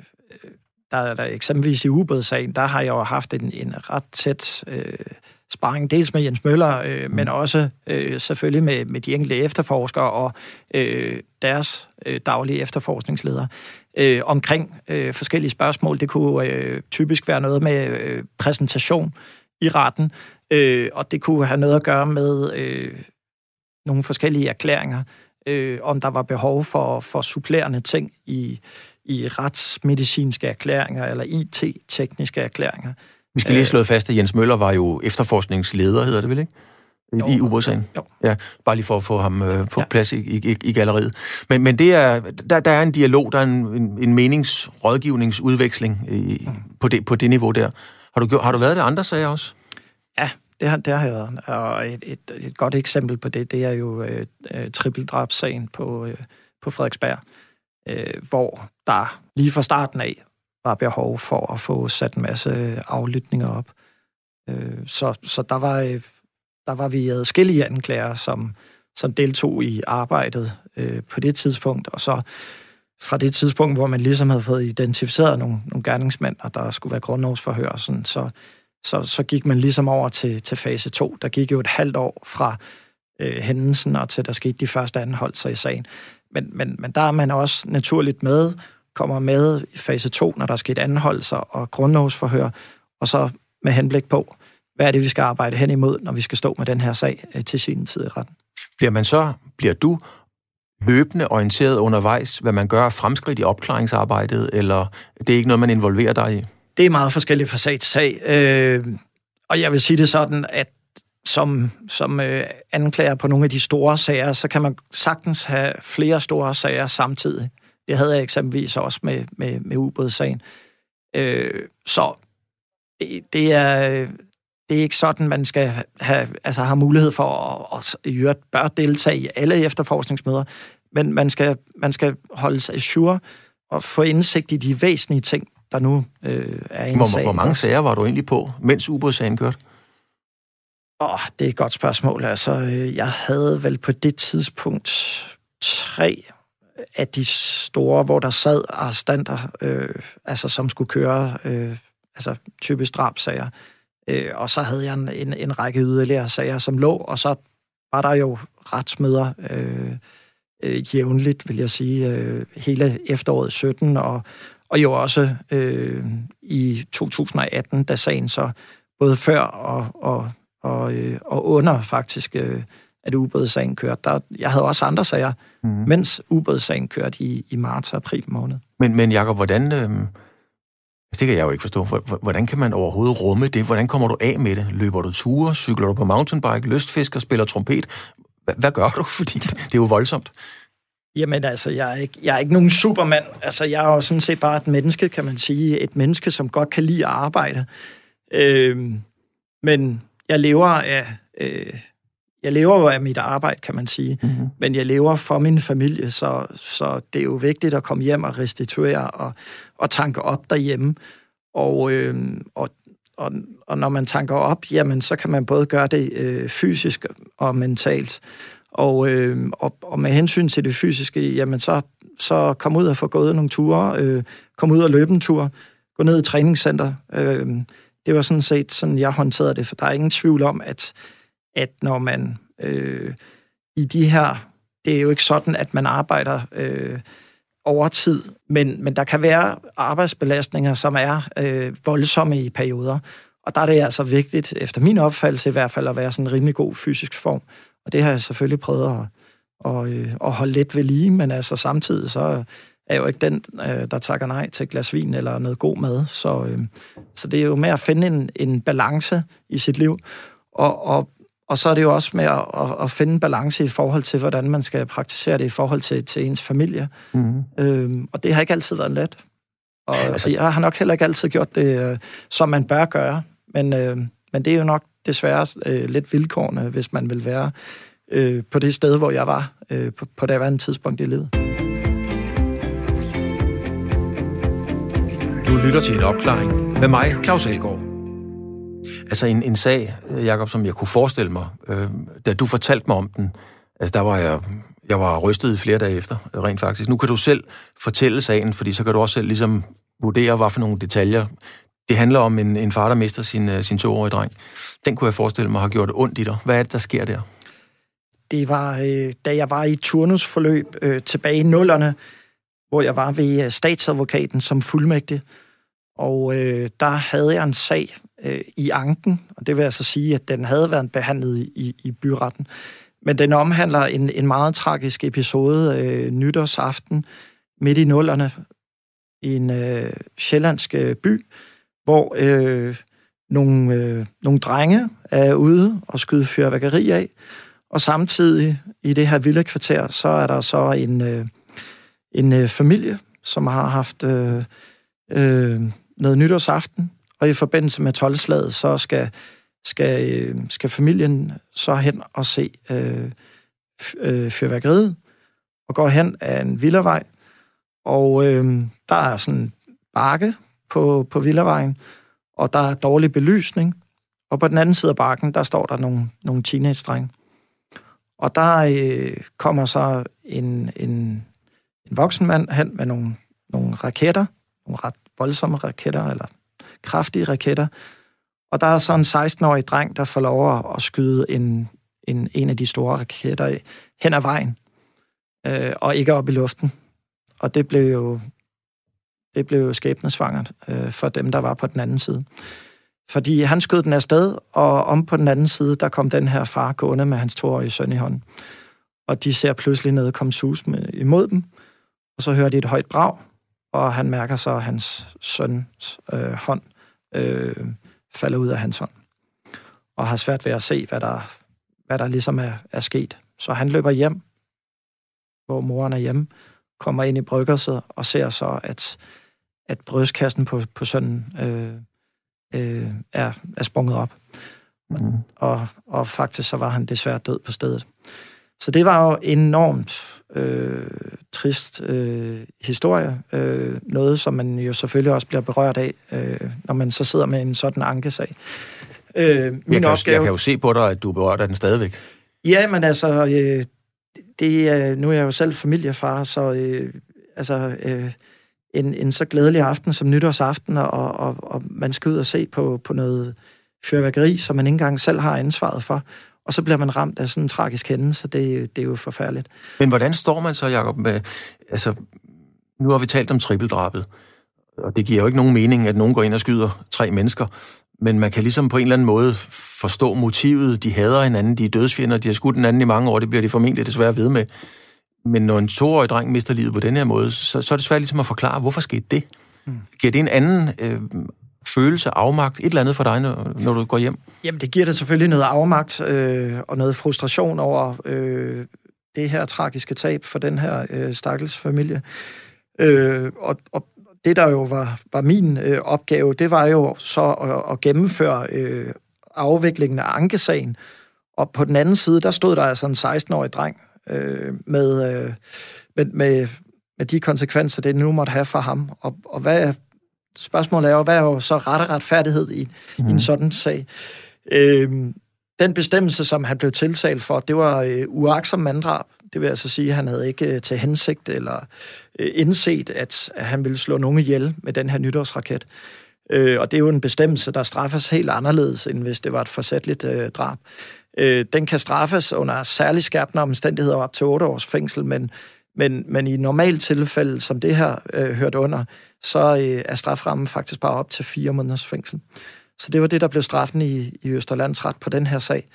S2: der, der eksempelvis i ubådssagen, der har jeg jo haft en, en ret tæt øh, sparring, dels med Jens Møller, øh, mm. men også øh, selvfølgelig med, med de enkelte efterforskere og øh, deres øh, daglige efterforskningsledere. Øh, omkring øh, forskellige spørgsmål. Det kunne øh, typisk være noget med øh, præsentation i retten, øh, og det kunne have noget at gøre med øh, nogle forskellige erklæringer, øh, om der var behov for, for supplerende ting i, i retsmedicinske erklæringer eller I T-tekniske erklæringer.
S1: Vi skal lige slå fast, at Jens Møller var jo efterforskningsleder, hedder det vel, ikke? I, i ubådssagen. Ja, bare lige for at få ham øh, på ja. plads i, i, i galleriet. Men, men det er, der, der er en dialog, der er en, en, en meningsrådgivningsudveksling i, mm. på, det, på det niveau der. Har du, har du været det andre sager også?
S2: Ja, det har, det har jeg været. Og et, et, et godt eksempel på det, det er jo øh, trippeldrabssagen på, øh, på Frederiksberg, øh, hvor der lige fra starten af var behov for at få sat en masse aflytninger op. Øh, så, så der var... Øh, Der var vi adskillige anklagere, som, som deltog i arbejdet øh, på det tidspunkt, og så fra det tidspunkt, hvor man ligesom havde fået identificeret nogle, nogle gerningsmænd, og der skulle være grundlovsforhør, sådan, så, så, så gik man ligesom over til, til fase to. Der gik jo et halvt år fra øh, hændelsen, og til der skete de første anholdelser i sagen. Men, men, men der er man også naturligt med, kommer med i fase to, når der er sket anholdelser og grundlovsforhør, og så med henblik på, hvad er det, vi skal arbejde hen imod, når vi skal stå med den her sag til sin tid i retten.
S1: Bliver man så, bliver du løbende orienteret undervejs, hvad man gør af fremskridt i opklaringsarbejdet, eller det er ikke noget, man involverer dig i?
S2: Det er meget forskelligt fra sag til sag, øh, og jeg vil sige det sådan, at som, som øh, anklager på nogle af de store sager, så kan man sagtens have flere store sager samtidig. Det havde jeg eksempelvis også med, med, med ubådssagen. Øh, så det, det er... Det er ikke sådan, man skal have, altså have mulighed for at, at, at bør deltage i alle efterforskningsmøder, men man skal, man skal holde sig sure og få indsigt i de væsentlige ting, der nu øh, er i en
S1: hvor,
S2: sag.
S1: Hvor mange sager var du egentlig på, mens ubådssagen kørte?
S2: Åh, oh, det er et godt spørgsmål. Altså, jeg havde vel på det tidspunkt tre af de store, hvor der sad arrestanter, øh, altså som skulle køre, øh, altså typisk drabsager. Og så havde jeg en, en, en række yderligere sager, som lå, og så var der jo retsmøder øh, øh, jævnligt, vil jeg sige, øh, hele efteråret sytten, og, og jo også øh, i to tusind og atten, da sagen så både før og, og, og, øh, og under faktisk, øh, at ubådssagen kørte. Der, jeg havde også andre sager, mm. mens ubådssagen kørte i, i marts og april måned.
S1: Men, men Jacob, hvordan... Øh... Det kan jeg jo ikke forstå. Hvordan kan man overhovedet rumme det? Hvordan kommer du af med det? Løber du ture? Cykler du på mountainbike? Lystfisker? Spiller trompet? Hvad gør du? Fordi det er jo voldsomt.
S2: Jamen altså, jeg er ikke, jeg er ikke nogen supermand. Altså, jeg er jo sådan set bare et menneske, kan man sige. Et menneske, som godt kan lide at arbejde. Øh, men jeg lever af... Øh, jeg lever jo af mit arbejde, kan man sige. Mm-hmm. Men jeg lever for min familie, så, så det er jo vigtigt at komme hjem og restituere og, og tanke op derhjemme. Og, øh, og, og, og når man tanker op, jamen, så kan man både gøre det øh, fysisk og mentalt. Og, øh, og, og med hensyn til det fysiske, jamen, så, så kom ud og få gået nogle ture, øh, kom ud og løbe en tur, gå ned i træningscenter. Øh, det var sådan set sådan, jeg håndterede det, for der er ingen tvivl om, at at når man øh, i de her... Det er jo ikke sådan, at man arbejder øh, over tid, men, men der kan være arbejdsbelastninger, som er øh, voldsomme i perioder. Og der er det altså vigtigt, efter min opfattelse i hvert fald, at være sådan en rimelig god fysisk form. Og det har jeg selvfølgelig prøvet at, og, øh, at holde lidt ved lige, men altså samtidig så er jeg jo ikke den, øh, der takker nej til et glas vin eller noget god mad. Så, øh, så det er jo med at finde en, en balance i sit liv. Og, og Og så er det jo også med at, at finde en balance i forhold til, hvordan man skal praktisere det i forhold til, til ens familie. Mm-hmm. Øhm, og det har ikke altid været let. Og altså, jeg har nok heller ikke altid gjort det, øh, som man bør gøre. Men, øh, men det er jo nok desværre øh, lidt vilkårende, hvis man vil være øh, på det sted, hvor jeg var øh, på, på det andet tidspunkt i livet.
S3: Du lytter til En Opklaring med mig, Claus Elgaard.
S1: Altså en, en sag, Jacob, som jeg kunne forestille mig, øh, da du fortalte mig om den, altså der var jeg, jeg var rystet flere dage efter, rent faktisk. Nu kan du selv fortælle sagen, fordi så kan du også selv ligesom vurdere, hvad for nogle detaljer. Det handler om en, en far, der mister sin, sin toårige dreng. Den kunne jeg forestille mig har gjort ondt i dig. Hvad er det, der sker der?
S2: Det var, øh, da jeg var i turnusforløb øh, tilbage i nullerne, hvor jeg var ved statsadvokaten som fuldmægtig. Og øh, der havde jeg en sag øh, i anken, og det vil altså sige, at den havde været behandlet i, i byretten. Men den omhandler en, en meget tragisk episode øh, nytårsaften midt i nullerne i en øh, sjællandsk øh, by, hvor øh, nogle, øh, nogle drenge er ude og skyde fyrværkeri af, og samtidig i det her vilde kvarter, så er der så en, øh, en øh, familie, som har haft øh, øh, noget nytårsaften, og i forbindelse med tolv-slaget, så skal, skal, øh, skal familien så hen og se øh, øh, fyrværkeriet, og går hen af en villavej, og øh, der er sådan en bakke på, på villavejen, og der er dårlig belysning, og på den anden side af bakken, der står der nogle, nogle teenage-drenge. Og der øh, kommer så en, en, en voksen mand hen med nogle, nogle raketter, nogle ret voldsomme raketter, eller kraftige raketter, og der er så en seksten-årig dreng, der får lov at skyde en, en, en af de store raketter af, hen ad vejen, øh, og ikke op i luften. Og det blev jo, det blev jo skæbnesvangert øh, for dem, der var på den anden side. Fordi han skød den afsted, og om på den anden side, der kom den her far gående med hans toårige søn i hånden. Og de ser pludselig noget komme sus med, imod dem, og så hører de et højt brag, og han mærker så, at hans søns øh, hånd øh, falder ud af hans hånd. Og har svært ved at se, hvad der, hvad der ligesom er, er sket. Så han løber hjem, hvor moren er hjemme, kommer ind i bryggerset og ser så, at, at brystkassen på, på sønnen øh, øh, er, er sprunget op. Mm. Og, og faktisk så var han desværre død på stedet. Så det var jo enormt øh, trist øh, historie. Øh, noget, som man jo selvfølgelig også bliver berørt af, øh, når man så sidder med en sådan ankesag. Øh, min
S1: jeg, kan
S2: opgave...
S1: jo, jeg kan jo se på dig, at du er berørt af den stadigvæk.
S2: Ja, men altså, øh, det er, nu er jeg jo selv familiefar, så øh, altså, øh, en, en så glædelig aften som nytårsaften, og, og, og man skal ud og se på, på noget fyrværkeri, som man ikke engang selv har ansvaret for. og så bliver man ramt af sådan en tragisk hændelse. Det, det er jo forfærdeligt.
S1: Men hvordan står man så, Jacob, med... Altså, nu har vi talt om trippeldrabet, og det giver jo ikke nogen mening, at nogen går ind og skyder tre mennesker, men man kan ligesom på en eller anden måde forstå motivet. De hader hinanden, de er dødsfjender, de har skudt hinanden i mange år, det bliver de formentlig desværre ved med. Men når en toårig dreng mister livet på den her måde, så, så er det svært ligesom at forklare, hvorfor skete det? Mm. Giver det en anden øh, følelse, afmagt, et eller andet for dig, når, når du går hjem?
S2: Jamen, det giver det selvfølgelig noget afmagt øh, og noget frustration over øh, det her tragiske tab for den her øh, stakkels familie. Øh, og, og det, der jo var, var min øh, opgave, det var jo så at, at gennemføre øh, afviklingen af ankesagen. Og på den anden side, der stod der altså en seksten-årig dreng øh, med, øh, med, med, med de konsekvenser, det nu måtte have for ham. Og, og hvad, spørgsmålet er jo, hvad er jo så ret og retfærdighed i, mm. i en sådan sag? Øh, den bestemmelse, som han blev tiltalt for, det var øh, uagtsom manddrab. Det vil altså sige, at han havde ikke til hensigt eller øh, indset, at han ville slå nogen ihjel med den her nytårsraket. Øh, og det er jo en bestemmelse, der straffes helt anderledes, end hvis det var et forsætligt øh, drab. Øh, den kan straffes under særlig skærpende omstændigheder op til otte års fængsel, men, men, men i normalt tilfælde, som det her øh, hørte under, så øh, er straframmen faktisk bare op til fire måneders fængsel. Så det var det, der blev straffen i, i Østerlandsret på den her sag.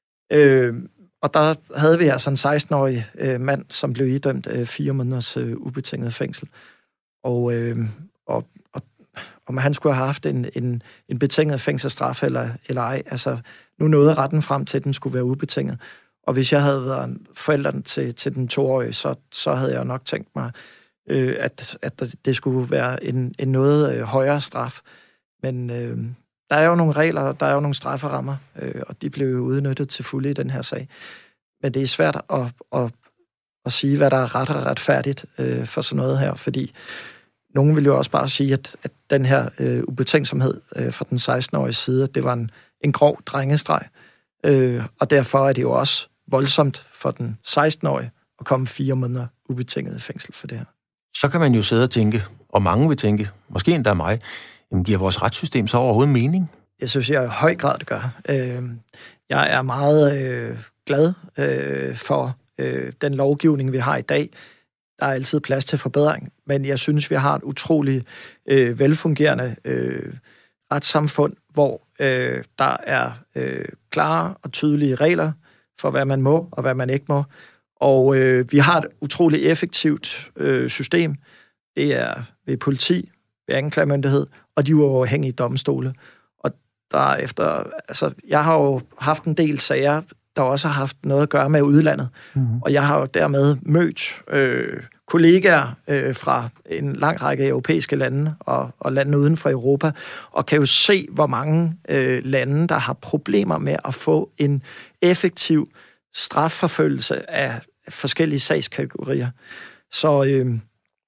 S2: Øh, Og der havde vi altså en seksten-årig øh, mand, som blev idømt øh, fire måneders øh, ubetinget fængsel. Og, øh, og, og om han skulle have haft en, en, en betinget fængselsstraf eller, eller ej, altså nu nåede retten frem til, at den skulle være ubetinget. Og hvis jeg havde været forældrene til, til den toårige, så, så havde jeg nok tænkt mig, øh, at, at det skulle være en, en noget øh, højere straf. Men øh, der er jo nogle regler, der er jo nogle strafferammer, øh, og de blev jo udnyttet til fulde i den her sag. Men det er svært at, at, at sige, hvad der er ret og retfærdigt øh, for sådan noget her, fordi nogen vil jo også bare sige, at, at den her øh, ubetænksomhed øh, fra den seksten-årige side, det var en, en grov drengestreg, øh, og derfor er det jo også voldsomt for den seksten-årige at komme fire måneder ubetinget i fængsel for det her.
S1: Så kan man jo sidde og tænke, og mange vil tænke, måske endda mig, jamen, giver vores retssystem så overhovedet mening?
S2: Jeg synes, jeg i høj grad det gør. Øh, jeg er meget øh, glad øh, for øh, den lovgivning, vi har i dag. Der er altid plads til forbedring, men jeg synes, vi har et utroligt øh, velfungerende øh, retssamfund, hvor øh, der er øh, klare og tydelige regler for, hvad man må og hvad man ikke må. Og øh, vi har et utroligt effektivt øh, system. Det er ved politi, ved anklagemyndighed, og de uafhængige domstole. Og derefter, altså, jeg har jo haft en del sager, der også har haft noget at gøre med udlandet. Mm-hmm. Og jeg har jo dermed mødt øh, kollegaer øh, fra en lang række europæiske lande og, og lande uden for Europa, og kan jo se, hvor mange øh, lande, der har problemer med at få en effektiv strafforfølgelse af forskellige sagskategorier. Så øh,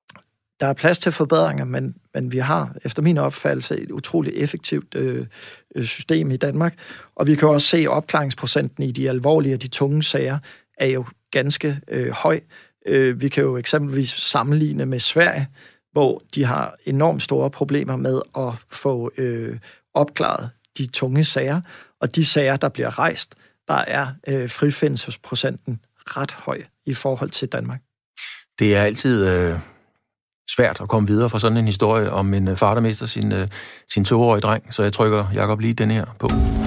S2: der er plads til forbedringer, men, men vi har efter min opfattelse et utroligt effektivt øh, system i Danmark. Og vi kan også se, at opklaringsprocenten i de alvorlige og de tunge sager er jo ganske øh, høj. Øh, vi kan jo eksempelvis sammenligne med Sverige, hvor de har enormt store problemer med at få øh, opklaret de tunge sager. Og de sager, der bliver rejst, der er øh, frifindelsesprocenten ret høj i forhold til Danmark.
S1: Det er altid øh, svært at komme videre fra sådan en historie om en far, der mister sin, øh, sin toårige dreng, så jeg trykker Jacob lige den her på.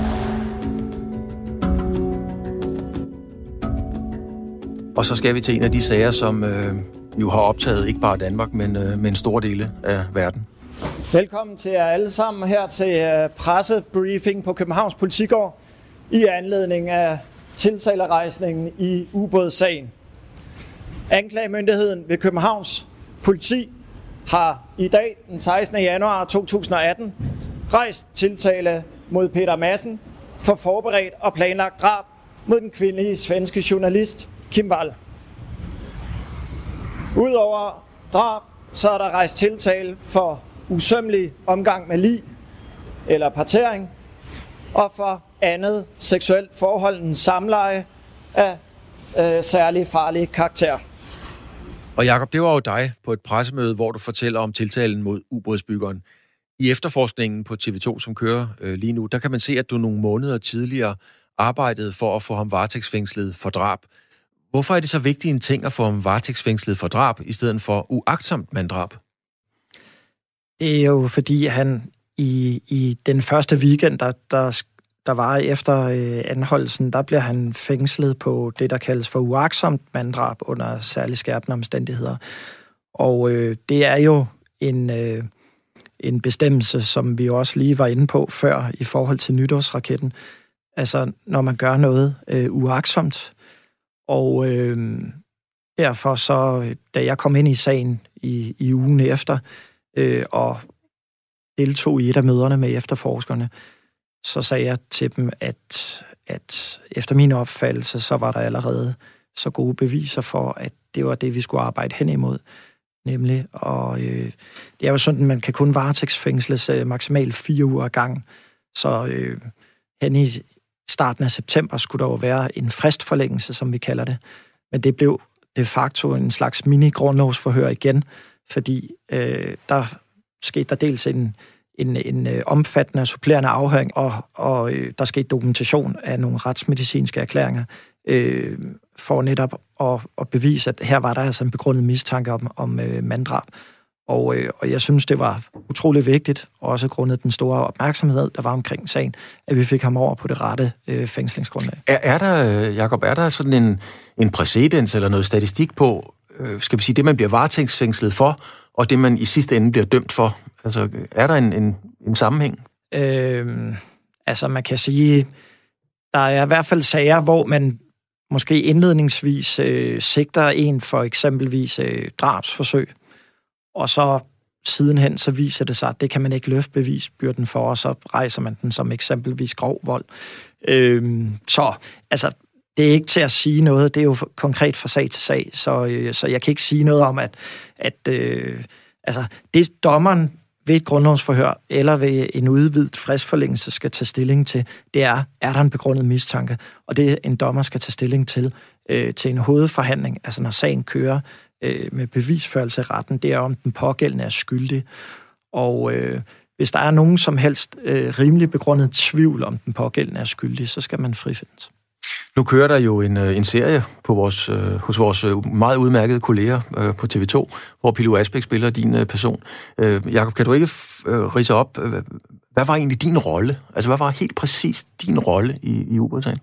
S1: Og så skal vi til en af de sager, som øh, jo har optaget ikke bare Danmark, men, øh, men store dele af verden.
S2: Velkommen til jer alle sammen her til pressebriefing på Københavns Politigård i anledning af tiltalerejsningen i ubådssagen. Anklagemyndigheden ved Københavns Politi har i dag, den sekstende januar to tusind og atten, rejst tiltale mod Peter Madsen for forberedt og planlagt drab mod den kvindelige svenske journalist Kim Wall. Udover drab, så er der rejst tiltale for usømmelig omgang med lig eller partering, og for andet seksuelt forhold end samleje af øh, særlig farlig karakter.
S3: Og Jacob, det var jo dig på et pressemøde, hvor du fortæller om tiltalen mod ubådsbyggeren. I efterforskningen på T V to, som kører øh, lige nu, der kan man se, at du nogle måneder tidligere arbejdede for at få ham varetægtsfængslet for drab. Hvorfor er det så vigtig en ting at få ham varetægtsfængslet for drab, i stedet for uagtsomt manddrab?
S2: Det er jo fordi, han i, i den første weekend, der, der, der var efter øh, anholdelsen, der bliver han fængslet på det, der kaldes for uagtsomt manddrab under særlig skærpende omstændigheder. Og øh, det er jo en, øh, en bestemmelse, som vi også lige var inde på før i forhold til nytårsraketten. Altså, når man gør noget øh, uagtsomt. Og øh, derfor så, da jeg kom ind i sagen i, i ugen efter, øh, og deltog i et af møderne med efterforskerne, så sagde jeg til dem, at, at efter min opfattelse, så var der allerede så gode beviser for, at det var det, vi skulle arbejde hen imod. Nemlig, og øh, det er jo sådan, at man kan kun varetægtsfængsles øh, maksimalt fire uger ad gangen. Så øh, hen i starten af september skulle der jo være en fristforlængelse, som vi kalder det. Men det blev de facto en slags mini-grundlovsforhør igen, fordi øh, der skete der dels en, en, en øh, omfattende supplerende afhøring, og, og øh, der skete dokumentation af nogle retsmedicinske erklæringer, øh, for netop at, at bevise, at her var der altså en begrundet mistanke om, om øh, manddrab. Og, øh, og jeg synes, det var utrolig vigtigt, også grundet den store opmærksomhed, der var omkring sagen, at vi fik ham over på det rette øh, fængslingsgrundlag.
S1: Er, er der, Jacob, er der sådan en, en præcedens eller noget statistik på, øh, skal vi sige, det man bliver varetægtsfængslet for, og det man i sidste ende bliver dømt for? Altså, er der en, en, en sammenhæng?
S2: Øh, altså, man kan sige, der er i hvert fald sager, hvor man måske indledningsvis øh, sigter en for eksempelvis øh, drabsforsøg, og så sidenhen så viser det sig, at det kan man ikke løfte bevisbyrden for, og så rejser man den som eksempelvis grov vold. Øh, så altså, det er ikke til at sige noget, det er jo konkret fra sag til sag, så, øh, så jeg kan ikke sige noget om, at, at øh, altså, det dommeren ved et grundlovsforhør eller ved en udvidet fristforlængelse skal tage stilling til, det er, er der en begrundet mistanke, og det en dommer skal tage stilling til øh, til en hovedforhandling, altså når sagen kører øh, med bevisførelse i retten, det er om den pågældende er skyldig. Og øh, hvis der er nogen som helst øh, rimelig begrundet tvivl om den pågældende er skyldig, så skal man frifindes.
S1: Nu kører der jo en, en serie på vores, øh, hos vores meget udmærkede kolleger øh, på T V to, hvor Pilo Asbæk spiller din øh, person. Øh, Jacob, kan du ikke øh, ridse op, øh, hvad var egentlig din rolle? Altså, hvad var helt præcis din rolle i, i ubådssagen?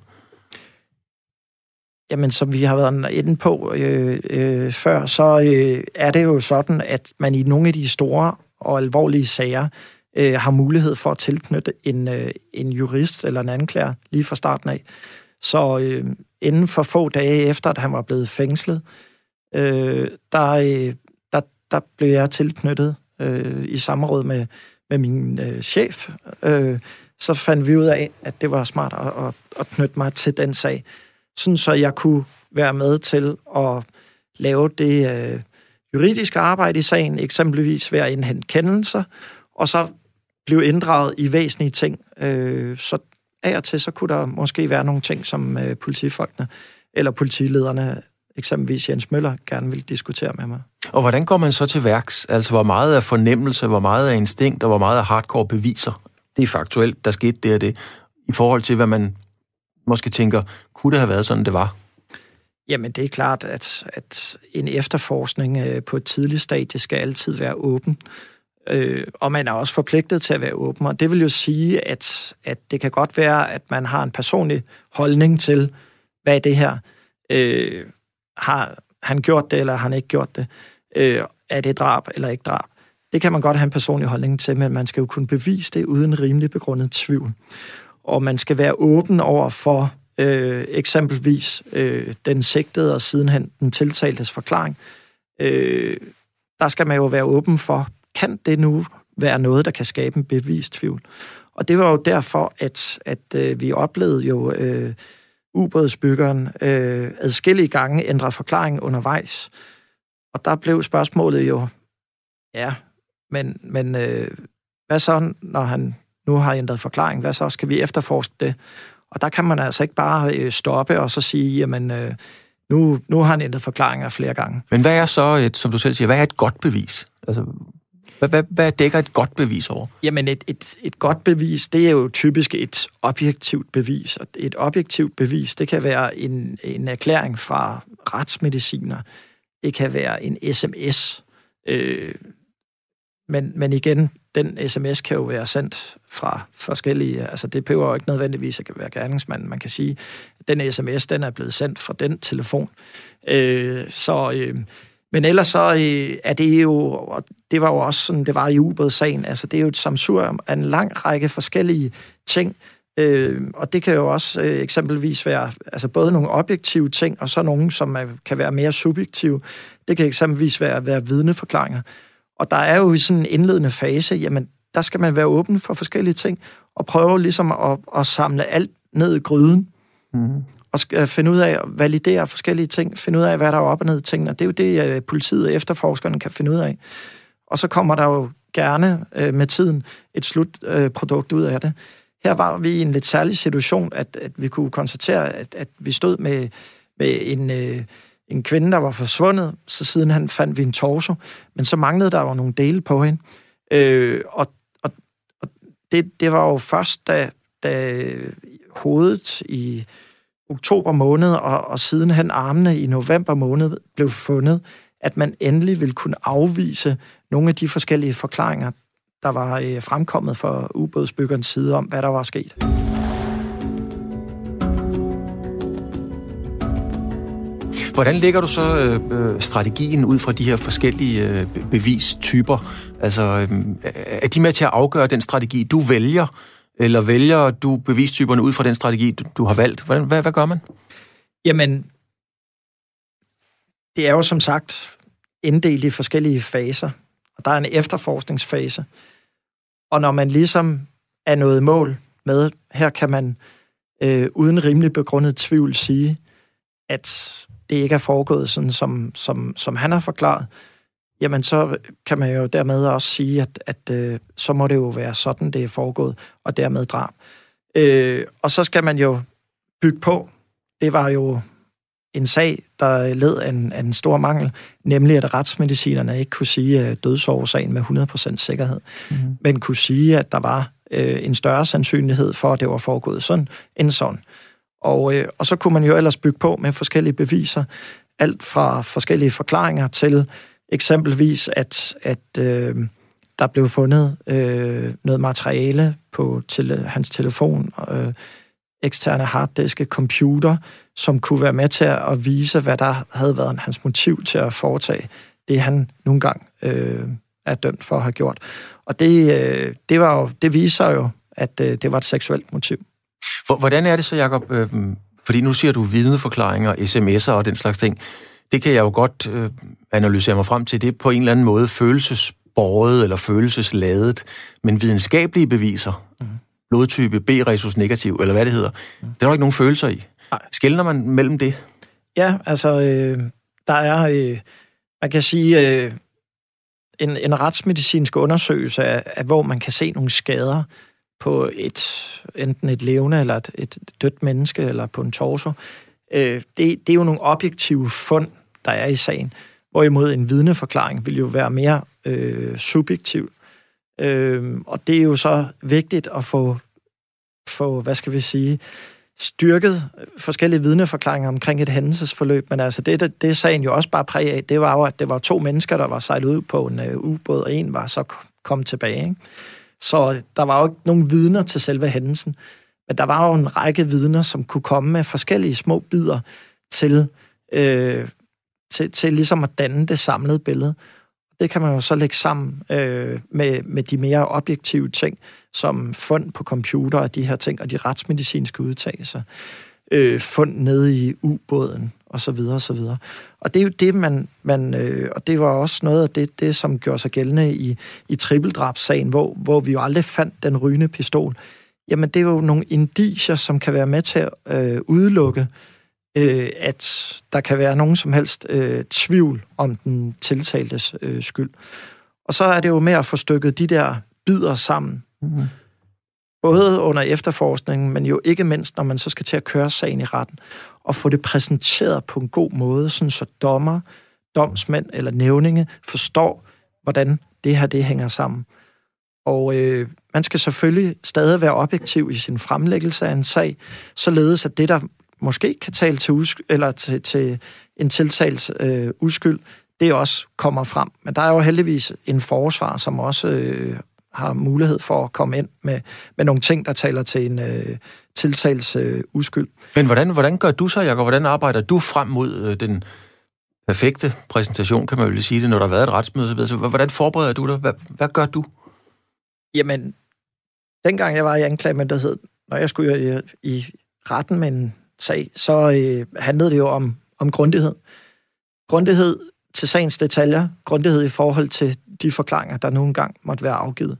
S2: Jamen, som vi har været inde på øh, øh, før, så øh, er det jo sådan, at man i nogle af de store og alvorlige sager øh, har mulighed for at tilknytte en, øh, en jurist eller en anklager lige fra starten af. Så øh, inden for få dage efter, at han var blevet fængslet, øh, der, øh, der, der blev jeg tilknyttet øh, i samråd med, med min øh, chef. Øh, så fandt vi ud af, at det var smart at, at, at knytte mig til den sag, sådan så jeg kunne være med til at lave det øh, juridiske arbejde i sagen, eksempelvis ved at indhente kendelser, og så blive inddraget i væsentlige ting. Øh, så af og til, så kunne der måske være nogle ting, som øh, politifolkene eller politilederne, eksempelvis Jens Møller, gerne vil diskutere med mig.
S1: Og hvordan går man så til værks? Altså, hvor meget af fornemmelse, hvor meget af instinkt, og hvor meget af hardcore beviser, det er faktuelt, der skete det og det, i forhold til, hvad man måske tænker, kunne det have været sådan, det var?
S2: Jamen, det er klart, at, at en efterforskning øh, på et tidligt stadie skal altid være åben. Øh, og man er også forpligtet til at være åben, og det vil jo sige, at, at det kan godt være, at man har en personlig holdning til, hvad er det her? Øh, har han gjort det, eller har han ikke gjort det? Øh, er det drab, eller ikke drab? Det kan man godt have en personlig holdning til, men man skal jo kunne bevise det uden rimelig begrundet tvivl. Og man skal være åben over for øh, eksempelvis øh, den sigtede og sidenhen den tiltaltes forklaring. Øh, der skal man jo være åben for, kan det nu være noget, der kan skabe en bevistvivl? Og det var jo derfor, at, at øh, vi oplevede jo øh, ubådsbyggeren øh, adskillige gange ændre forklaring undervejs. Og der blev spørgsmålet jo, ja, men, men øh, hvad så, når han nu har ændret forklaring? Hvad så? Skal vi efterforske det? Og der kan man altså ikke bare øh, stoppe og så sige, jamen, øh, nu, nu har han ændret forklaringer flere gange.
S1: Men hvad er så, et, som du selv siger, hvad er et godt bevis? Altså Hvad, hvad, hvad dækker et godt bevis over?
S2: Jamen, et, et, et godt bevis, det er jo typisk et objektivt bevis. Og et objektivt bevis, det kan være en, en erklæring fra retsmediciner. Det kan være en sms. Øh, men, men igen, den sms kan jo være sendt fra forskellige... Altså, det behøver jo ikke nødvendigvis at være gerningsmanden. Man kan sige, at den sms, den er blevet sendt fra den telefon. Øh, så... Øh, Men ellers så øh, er det jo, og det var jo også sådan, det var i ubådssagen, altså det er jo et samsurium af en lang række forskellige ting, øh, og det kan jo også øh, eksempelvis være altså både nogle objektive ting, og så nogle, som er, kan være mere subjektive. Det kan eksempelvis være, være vidneforklaringer. Og der er jo i sådan en indledende fase, jamen der skal man være åben for forskellige ting, og prøve ligesom at, at samle alt ned i gryden. Mm-hmm. Og skal finde ud af at validere forskellige ting, finde ud af, hvad der er op og ned i tingene. Det er jo det, politiet og efterforskerne kan finde ud af. Og så kommer der jo gerne øh, med tiden et slutprodukt øh, ud af det. Her var vi i en lidt særlig situation, at, at vi kunne konstatere, at, at vi stod med, med en, øh, en kvinde, der var forsvundet, så siden han fandt vi en torso, men så manglede der jo nogle dele på hende. Øh, og og, og det, det var jo først, da, da hovedet i oktober måned, og, og sidenhen armene i november måned blev fundet, at man endelig ville kunne afvise nogle af de forskellige forklaringer, der var øh, fremkommet fra ubådsbyggerens side om, hvad der var sket.
S1: Hvordan lægger du så øh, strategien ud fra de her forskellige øh, bevistyper? Altså, øh, er de med til at afgøre den strategi, du vælger, eller vælger du bevistyperne ud fra den strategi, du, du har valgt? Hvordan, hvad, hvad gør man?
S2: Jamen, det er jo som sagt inddelt i forskellige faser, og der er en efterforskningsfase. Og når man ligesom er nået mål med, her kan man øh, uden rimelig begrundet tvivl sige, at det ikke er foregået sådan, som, som, som han har forklaret, jamen så kan man jo dermed også sige, at, at øh, så må det jo være sådan, det er foregået, og dermed drab. Øh, og så skal man jo bygge på. Det var jo en sag, der led af en, af en stor mangel, nemlig at retsmedicinerne ikke kunne sige dødsårsagen med hundrede procent sikkerhed, mm-hmm. men kunne sige, at der var øh, en større sandsynlighed for, at det var foregået sådan end sådan. Og, øh, og så kunne man jo ellers bygge på med forskellige beviser, alt fra forskellige forklaringer til eksempelvis, at, at øh, der blev fundet øh, noget materiale på tele, hans telefon, øh, eksterne harddiske, computer, som kunne være med til at vise, hvad der havde været hans motiv til at foretage det, han nogle gange øh, er dømt for at have gjort. Og det, øh, det, var jo, det viser jo, at øh, det var et seksuelt motiv.
S1: Hvordan er det så, Jacob? Øh, fordi nu siger du vidneforklaringer, sms'er og den slags ting. Det kan jeg jo godt øh, analysere mig frem til. Det er på en eller anden måde følelsesbåret eller følelsesladet, men videnskabelige beviser, mm. blodtype B resus negativ, eller hvad det hedder, mm. det er der ikke nogen følelser i. Nej. Skelner man mellem det?
S2: Ja, altså, øh, der er, øh, man kan sige, øh, en, en retsmedicinsk undersøgelse af, af, hvor man kan se nogle skader på et, enten et levende eller et, et dødt menneske, eller på en torso. Øh, det, det er jo nogle objektive fund, der er i sagen, hvorimod en vidneforklaring vil jo være mere øh, subjektiv. Øh, og det er jo så vigtigt at få, få, hvad skal vi sige, styrket forskellige vidneforklaringer omkring et hændelsesforløb, men altså det, det, det sagen jo også bare præg af, det var jo, at det var to mennesker, der var sejlet ud på en uh, ubåd, og en var så kommet tilbage, ikke? Så der var jo ikke nogen vidner til selve hændelsen, men der var jo en række vidner, som kunne komme med forskellige små bidder til, øh, til, til ligesom at danne det samlede billede. Det kan man jo så lægge sammen øh, med, med de mere objektive ting, som fund på computer og de her ting, og de retsmedicinske udtalelser, øh, fund nede i ubåden, og så videre, og så videre. Og det er jo det, man... man øh, og det var også noget af det, det som gjorde sig gældende i, i trippeldrabssagen, hvor, hvor vi jo aldrig fandt den rygende pistol. Jamen, det er jo nogle indicier, som kan være med til at øh, udelukke, øh, at der kan være nogen som helst øh, tvivl om den tiltaltes øh, skyld. Og så er det jo med at få stykket de der bidder sammen. Mm-hmm. Både under efterforskningen, men jo ikke mindst, når man så skal til at køre sagen i retten, og få det præsenteret på en god måde, sådan så dommer, domsmænd eller nævninge forstår, hvordan det her, det hænger sammen. Og øh, man skal selvfølgelig stadig være objektiv i sin fremlæggelse af en sag, således at det, der måske kan tale til, usk- eller til, til en tiltals øh, uskyld, det også kommer frem. Men der er jo heldigvis en forsvar, som også øh, har mulighed for at komme ind med, med nogle ting, der taler til en øh, tiltals øh, uskyld.
S1: Men hvordan, hvordan gør du så, Jacob? Hvordan arbejder du frem mod øh, den perfekte præsentation, kan man jo lige sige det, når der har været et retsmøde? Så hvordan forbereder du dig? Hvad, hvad gør du?
S2: Jamen, dengang jeg var i anklagemyndighed, når jeg skulle i, i retten med en sag, så øh, handlede det jo om, om grundighed. Grundighed til sagens detaljer, grundighed i forhold til de forklaringer, der nu engang måtte være afgivet.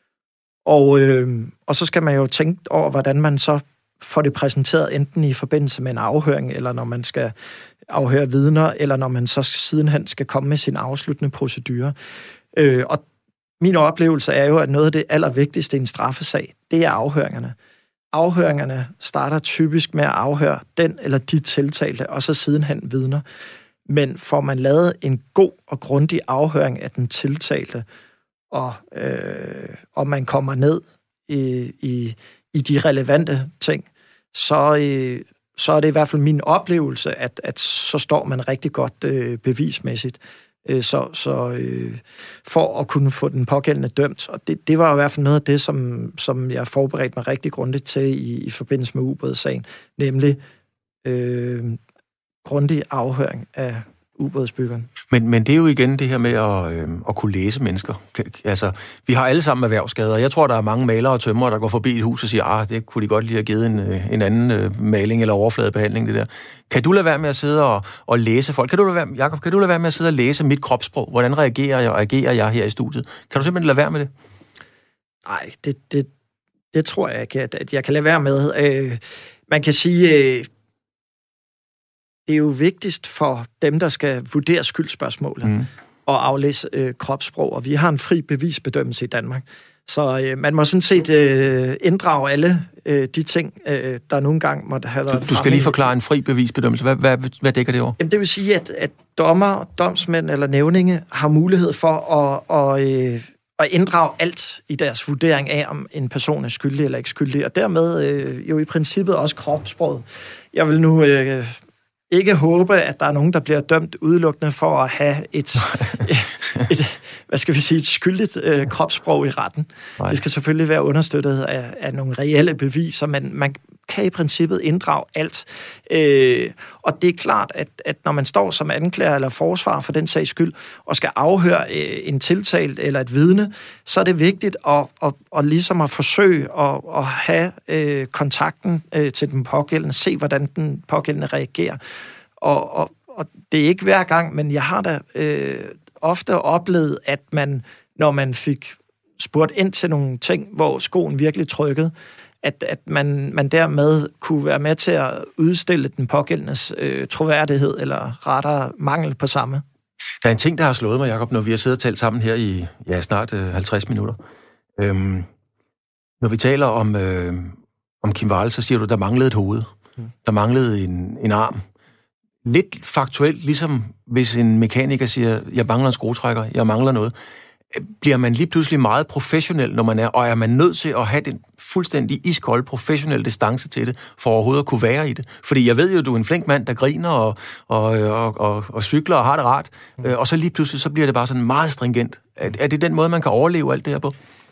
S2: Og, øh, og så skal man jo tænke over, hvordan man så får det præsenteret, enten i forbindelse med en afhøring, eller når man skal afhøre vidner, eller når man så sidenhen skal komme med sin afsluttende procedure. Øh, og min oplevelse er jo, at noget af det allervigtigste i en straffesag, det er afhøringerne. Afhøringerne starter typisk med at afhøre den eller de tiltalte, og så sidenhen vidner. Men får man lavet en god og grundig afhøring af den tiltalte, og, øh, og man kommer ned i, i, i de relevante ting, så, øh, så er det i hvert fald min oplevelse, at, at så står man rigtig godt øh, bevismæssigt. Så, så øh, for at kunne få den pågældende dømt. Og det, det var i hvert fald noget af det, som, som jeg forberedte mig rigtig grundigt til i, i forbindelse med ubådssagen, nemlig øh, grundig afhøring af ubådsbyggeren.
S1: Men, men det er jo igen det her med at, øh, at kunne læse mennesker. Altså, vi har alle sammen erhvervsskader. Jeg tror, der er mange malere og tømrere, der går forbi et hus og siger, ah, det kunne de godt lige have givet en, en anden øh, maling eller overfladebehandling, det der. Kan du lade være med at sidde og, og læse folk? Kan du lade være, Jacob, kan du lade være med at sidde og læse mit kropssprog? Hvordan reagerer jeg og agerer jeg her i studiet? Kan du simpelthen lade være med det?
S2: Nej, det, det, det tror jeg ikke, at jeg kan lade være med. Øh, man kan sige... Øh, Det er jo vigtigst for dem, der skal vurdere skyldspørgsmålet mm. og aflæse øh, kropssprog, og vi har en fri bevisbedømmelse i Danmark. Så øh, man må sådan set øh, inddrage alle øh, de ting, øh, der nogle gange måtte have været.
S1: Du skal lige forklare en fri bevisbedømmelse. Hvad, hvad, hvad dækker det over?
S2: Jamen, det vil sige, at, at dommer, domsmænd eller nævninge har mulighed for at, og, øh, at inddrage alt i deres vurdering af, om en person er skyldig eller ikke skyldig, og dermed øh, jo i princippet også kropssproget. Jeg vil nu... Øh, ikke håbe, at der er nogen, der bliver dømt udelukkende for at have et, et, et hvad skal vi sige, et skyldigt øh, kropssprog i retten. Nej. Det skal selvfølgelig være understøttet af, af nogle reelle beviser, men man kan i princippet inddrage alt. Øh, og det er klart, at, at når man står som anklager eller forsvarer for den sags skyld, og skal afhøre øh, en tiltalt eller et vidne, så er det vigtigt at, at, at ligesom at forsøge at, at have øh, kontakten øh, til den pågældende, se hvordan den pågældende reagerer. Og, og, og det er ikke hver gang, men jeg har da øh, ofte oplevet, at man, når man fik spurgt ind til nogle ting, hvor skoen virkelig trykkede, at, at man, man dermed kunne være med til at udstille den pågældendes øh, troværdighed, eller rettere mangel på samme.
S1: Der er en ting, der har slået mig, Jacob, når vi har siddet og talt sammen her i ja, snart øh, halvtreds minutter. Øhm, når vi taler om, øh, om Kim Wall, så siger du, der manglede et hoved. Mm. Der manglede en, en arm. Lidt faktuelt, ligesom hvis en mekaniker siger, jeg mangler en skruetrækker, jeg mangler noget. Bliver man lige pludselig meget professionel, når man er, og er man nødt til at have den fuldstændig iskold professionelle distance til det, for overhovedet at kunne være i det? Fordi jeg ved jo, du er en flink mand, der griner og, og, og, og, og cykler og har det rart, mm. og så lige pludselig, så bliver det bare sådan meget stringent. Er, er det den måde, man kan overleve alt det her på?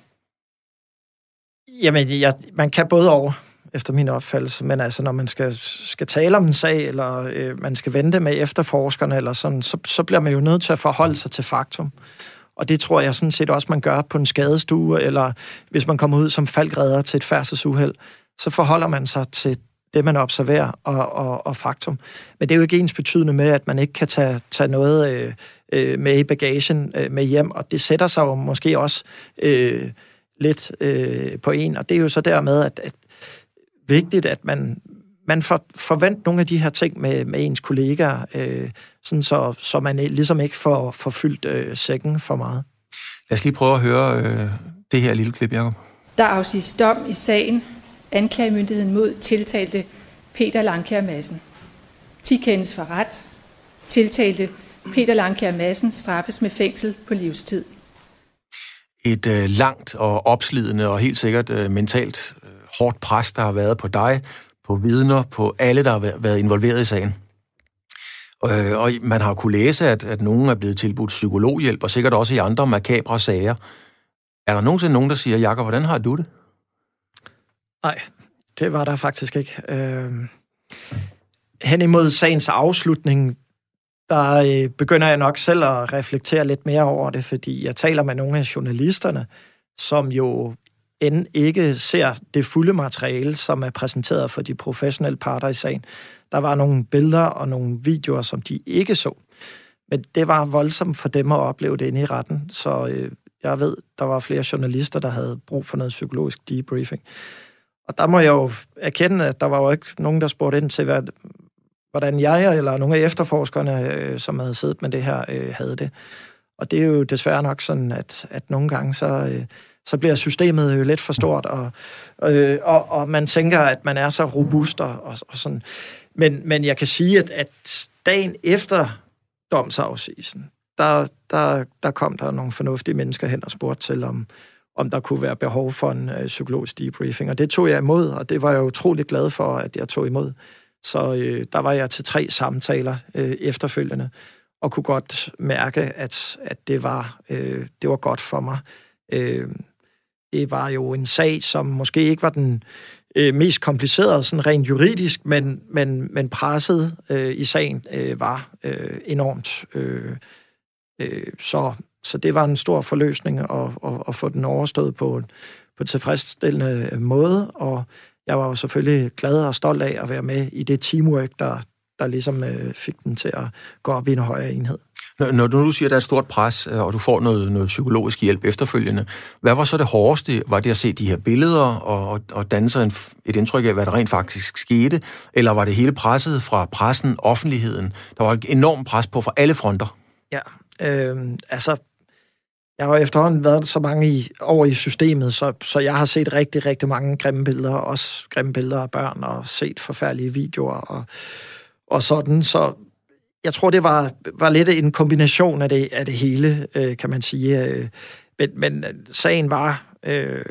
S2: Jamen, jeg, man kan både over, efter min opfattelse, men altså, når man skal, skal tale om en sag, eller øh, man skal vente med efterforskerne, eller sådan, så, så bliver man jo nødt til at forholde sig til faktum. Og det tror jeg sådan set også, man gør på en skadestue, eller hvis man kommer ud som falkredder til et færdselsuheld, så forholder man sig til det, man observerer, og, og, og faktum. Men det er jo ikke ens betydende med, at man ikke kan tage, tage noget øh, øh, med i bagagen øh, med hjem, og det sætter sig jo måske også øh, lidt øh, på en, og det er jo så dermed, at, at vigtigt, at man, man for, forventer nogle af de her ting med, med ens kollegaer, øh, sådan så, så man ligesom ikke får, får fyldt øh, sækken for meget.
S1: Lad os lige prøve at høre øh, det her lille klip, Jacob.
S4: Der afsiges dom i sagen anklagemyndigheden mod tiltalte Peter Langkjær Madsen. ti kendes for ret. Tiltalte Peter Langkjær Madsen straffes med fængsel på livstid.
S1: et øh, langt og opslidende og helt sikkert øh, mentalt øh, hårdt pres, der har været på dig, på vidner, på alle, der har været involveret i sagen. Øh, og man har kunnet læse, at, at nogen er blevet tilbudt psykologhjælp, og sikkert også i andre makabre sager. Er der nogensinde nogen, der siger, Jakob, hvordan har du det?
S2: Nej, det var der faktisk ikke. Øh, hen imod sagens afslutning, der øh, begynder jeg nok selv at reflektere lidt mere over det, fordi jeg taler med nogle af journalisterne, som jo end ikke ser det fulde materiale, som er præsenteret for de professionelle parter i sagen. Der var nogle billeder og nogle videoer, som de ikke så. Men det var voldsomt for dem at opleve det inde i retten, så øh, jeg ved, der var flere journalister, der havde brug for noget psykologisk debriefing. Og der må jeg jo erkende, at der var jo ikke nogen, der spurgte ind til, hvad, hvordan jeg eller nogle af efterforskerne, øh, som havde siddet med det her, øh, havde det. Og det er jo desværre nok sådan, at, at nogle gange så, øh, så bliver systemet jo lidt for stort, og, øh, og, og man tænker, at man er så robust og, og, og sådan. Men, men jeg kan sige, at, at dagen efter domsafsigelsen, der, der, der kom der nogle fornuftige mennesker hen og spurgte til, om, om der kunne være behov for en øh, psykologisk debriefing. Og det tog jeg imod, og det var jeg utrolig glad for, at jeg tog imod. Så øh, der var jeg til tre samtaler øh, efterfølgende, og kunne godt mærke, at, at det, var, øh, det var godt for mig. Øh, det var jo en sag, som måske ikke var den øh, mest komplicerede, sådan rent juridisk, men, men, men presset øh, i sagen øh, var øh, enormt. Øh, øh, så, så det var en stor forløsning at, at, at få den overstået på, på tilfredsstillende måde, og jeg var jo selvfølgelig glad og stolt af at være med i det teamwork, der, der ligesom øh, fik den til at gå op i en højere enhed.
S1: Når, når du nu siger, at der er et stort pres, og du får noget, noget psykologisk hjælp efterfølgende, hvad var så det hårdeste? Var det at se de her billeder og, og danne sig en, et indtryk af, hvad der rent faktisk skete? Eller var det hele presset fra pressen, offentligheden? Der var et enormt pres på fra alle fronter.
S2: Ja, øh, altså... Jeg har efterhånden været så mange i, over i systemet, så, så jeg har set rigtig, rigtig mange grimme billeder, også grimme billeder af børn, og set forfærdelige videoer og, og sådan. Så jeg tror, det var, var lidt en kombination af det, af det hele, øh, kan man sige. Men, men sagen var øh,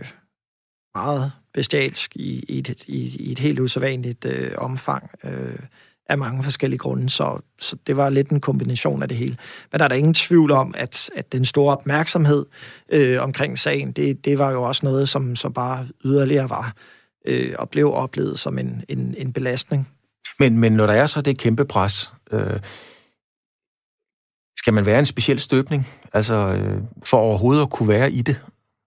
S2: meget bestialsk i, i, et, i, i et helt usædvanligt øh, omfang. Øh, af mange forskellige grunde, så, så det var lidt en kombination af det hele. Men der er der ingen tvivl om, at, at den store opmærksomhed øh, omkring sagen, det, det var jo også noget, som, som bare yderligere var øh, og blev oplevet som en, en, en belastning.
S1: Men, men når der er så det kæmpe pres, øh, skal man være en speciel støbning, altså øh, for overhovedet at kunne være i det?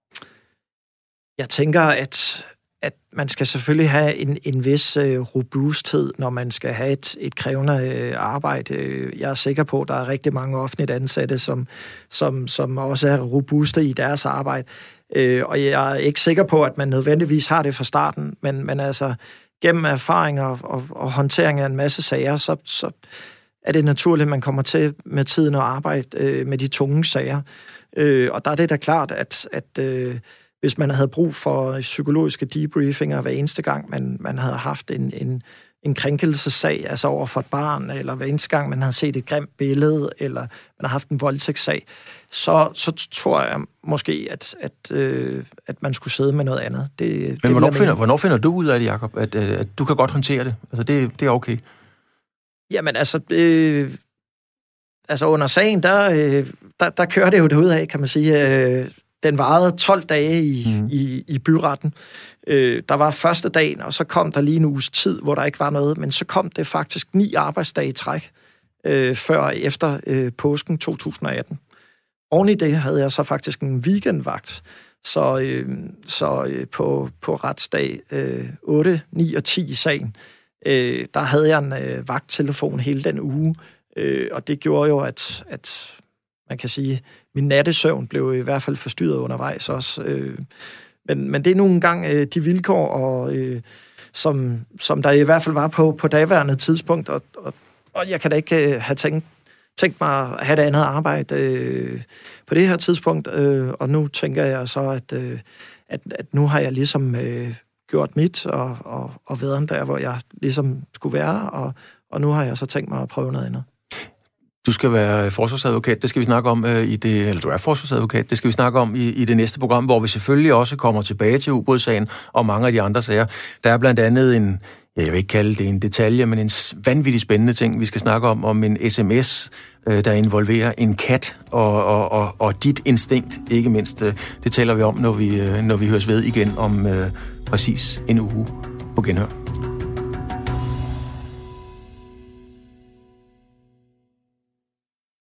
S2: Jeg tænker, at at man skal selvfølgelig have en, en vis øh, robusthed, når man skal have et, et krævende øh, arbejde. Jeg er sikker på, at der er rigtig mange offentligt ansatte, som, som, som også er robuste i deres arbejde. Øh, og jeg er ikke sikker på, at man nødvendigvis har det fra starten, men, men altså gennem erfaringer og, og, og håndtering af en masse sager, så, så er det naturligt, at man kommer til med tiden at arbejde øh, med de tunge sager. Øh, og der er det da klart, at... at øh, hvis man havde brug for psykologiske debriefinger hver eneste gang, man, man havde haft en, en, en krænkelsessag, altså over for et barn, eller hver eneste gang, man havde set et grimt billede, eller man har haft en voldtægtssag, så, så tror jeg måske, at, at, øh, at man skulle sidde med noget andet. Det,
S1: Men
S2: det
S1: hvornår finder, hvornår finder du ud af det, Jacob, at, at du kan godt håndtere det? Altså, det, det er okay?
S2: Jamen, altså... Øh, altså, under sagen, der, øh, der, der kører det jo derud af, kan man sige... Øh, Den varede tolv dage i, mm. i, i byretten. Øh, der var første dagen, og så kom der lige en uges tid, hvor der ikke var noget, men så kom det faktisk ni arbejdsdage i træk, øh, før og efter øh, påsken to tusind og atten. Oven i det havde jeg så faktisk en weekendvagt, så, øh, så øh, på, på retsdag øh, otte, ni og ti i sagen, øh, der havde jeg en øh, vagttelefon hele den uge, øh, og det gjorde jo, at... at man kan sige, min nattesøvn blev i hvert fald forstyrret undervejs også. Øh, men, men det er nogle gange øh, de vilkår, og, øh, som, som der i hvert fald var på, på daværende tidspunkt, og, og, og jeg kan da ikke øh, have tænkt, tænkt mig at have et andet arbejde øh, på det her tidspunkt, øh, og nu tænker jeg så, at, øh, at, at nu har jeg ligesom øh, gjort mit, og, og, og været der, hvor jeg ligesom skulle være, og, og nu har jeg så tænkt mig at prøve noget andet.
S1: Du skal være forsvarsadvokat, det skal vi snakke om øh, i det, eller du er forsvarsadvokat, det skal vi snakke om i, i det næste program, hvor vi selvfølgelig også kommer tilbage til ubådssagen og mange af de andre sager. Der er blandt andet en, ja, jeg vil ikke kalde det en detalje, men en vanvittig spændende ting, vi skal snakke om, om en sms, øh, der involverer en kat og, og, og, og dit instinkt, ikke mindst. Det taler vi om, når vi, øh, når vi høres ved igen om øh, præcis en uge på Genhør.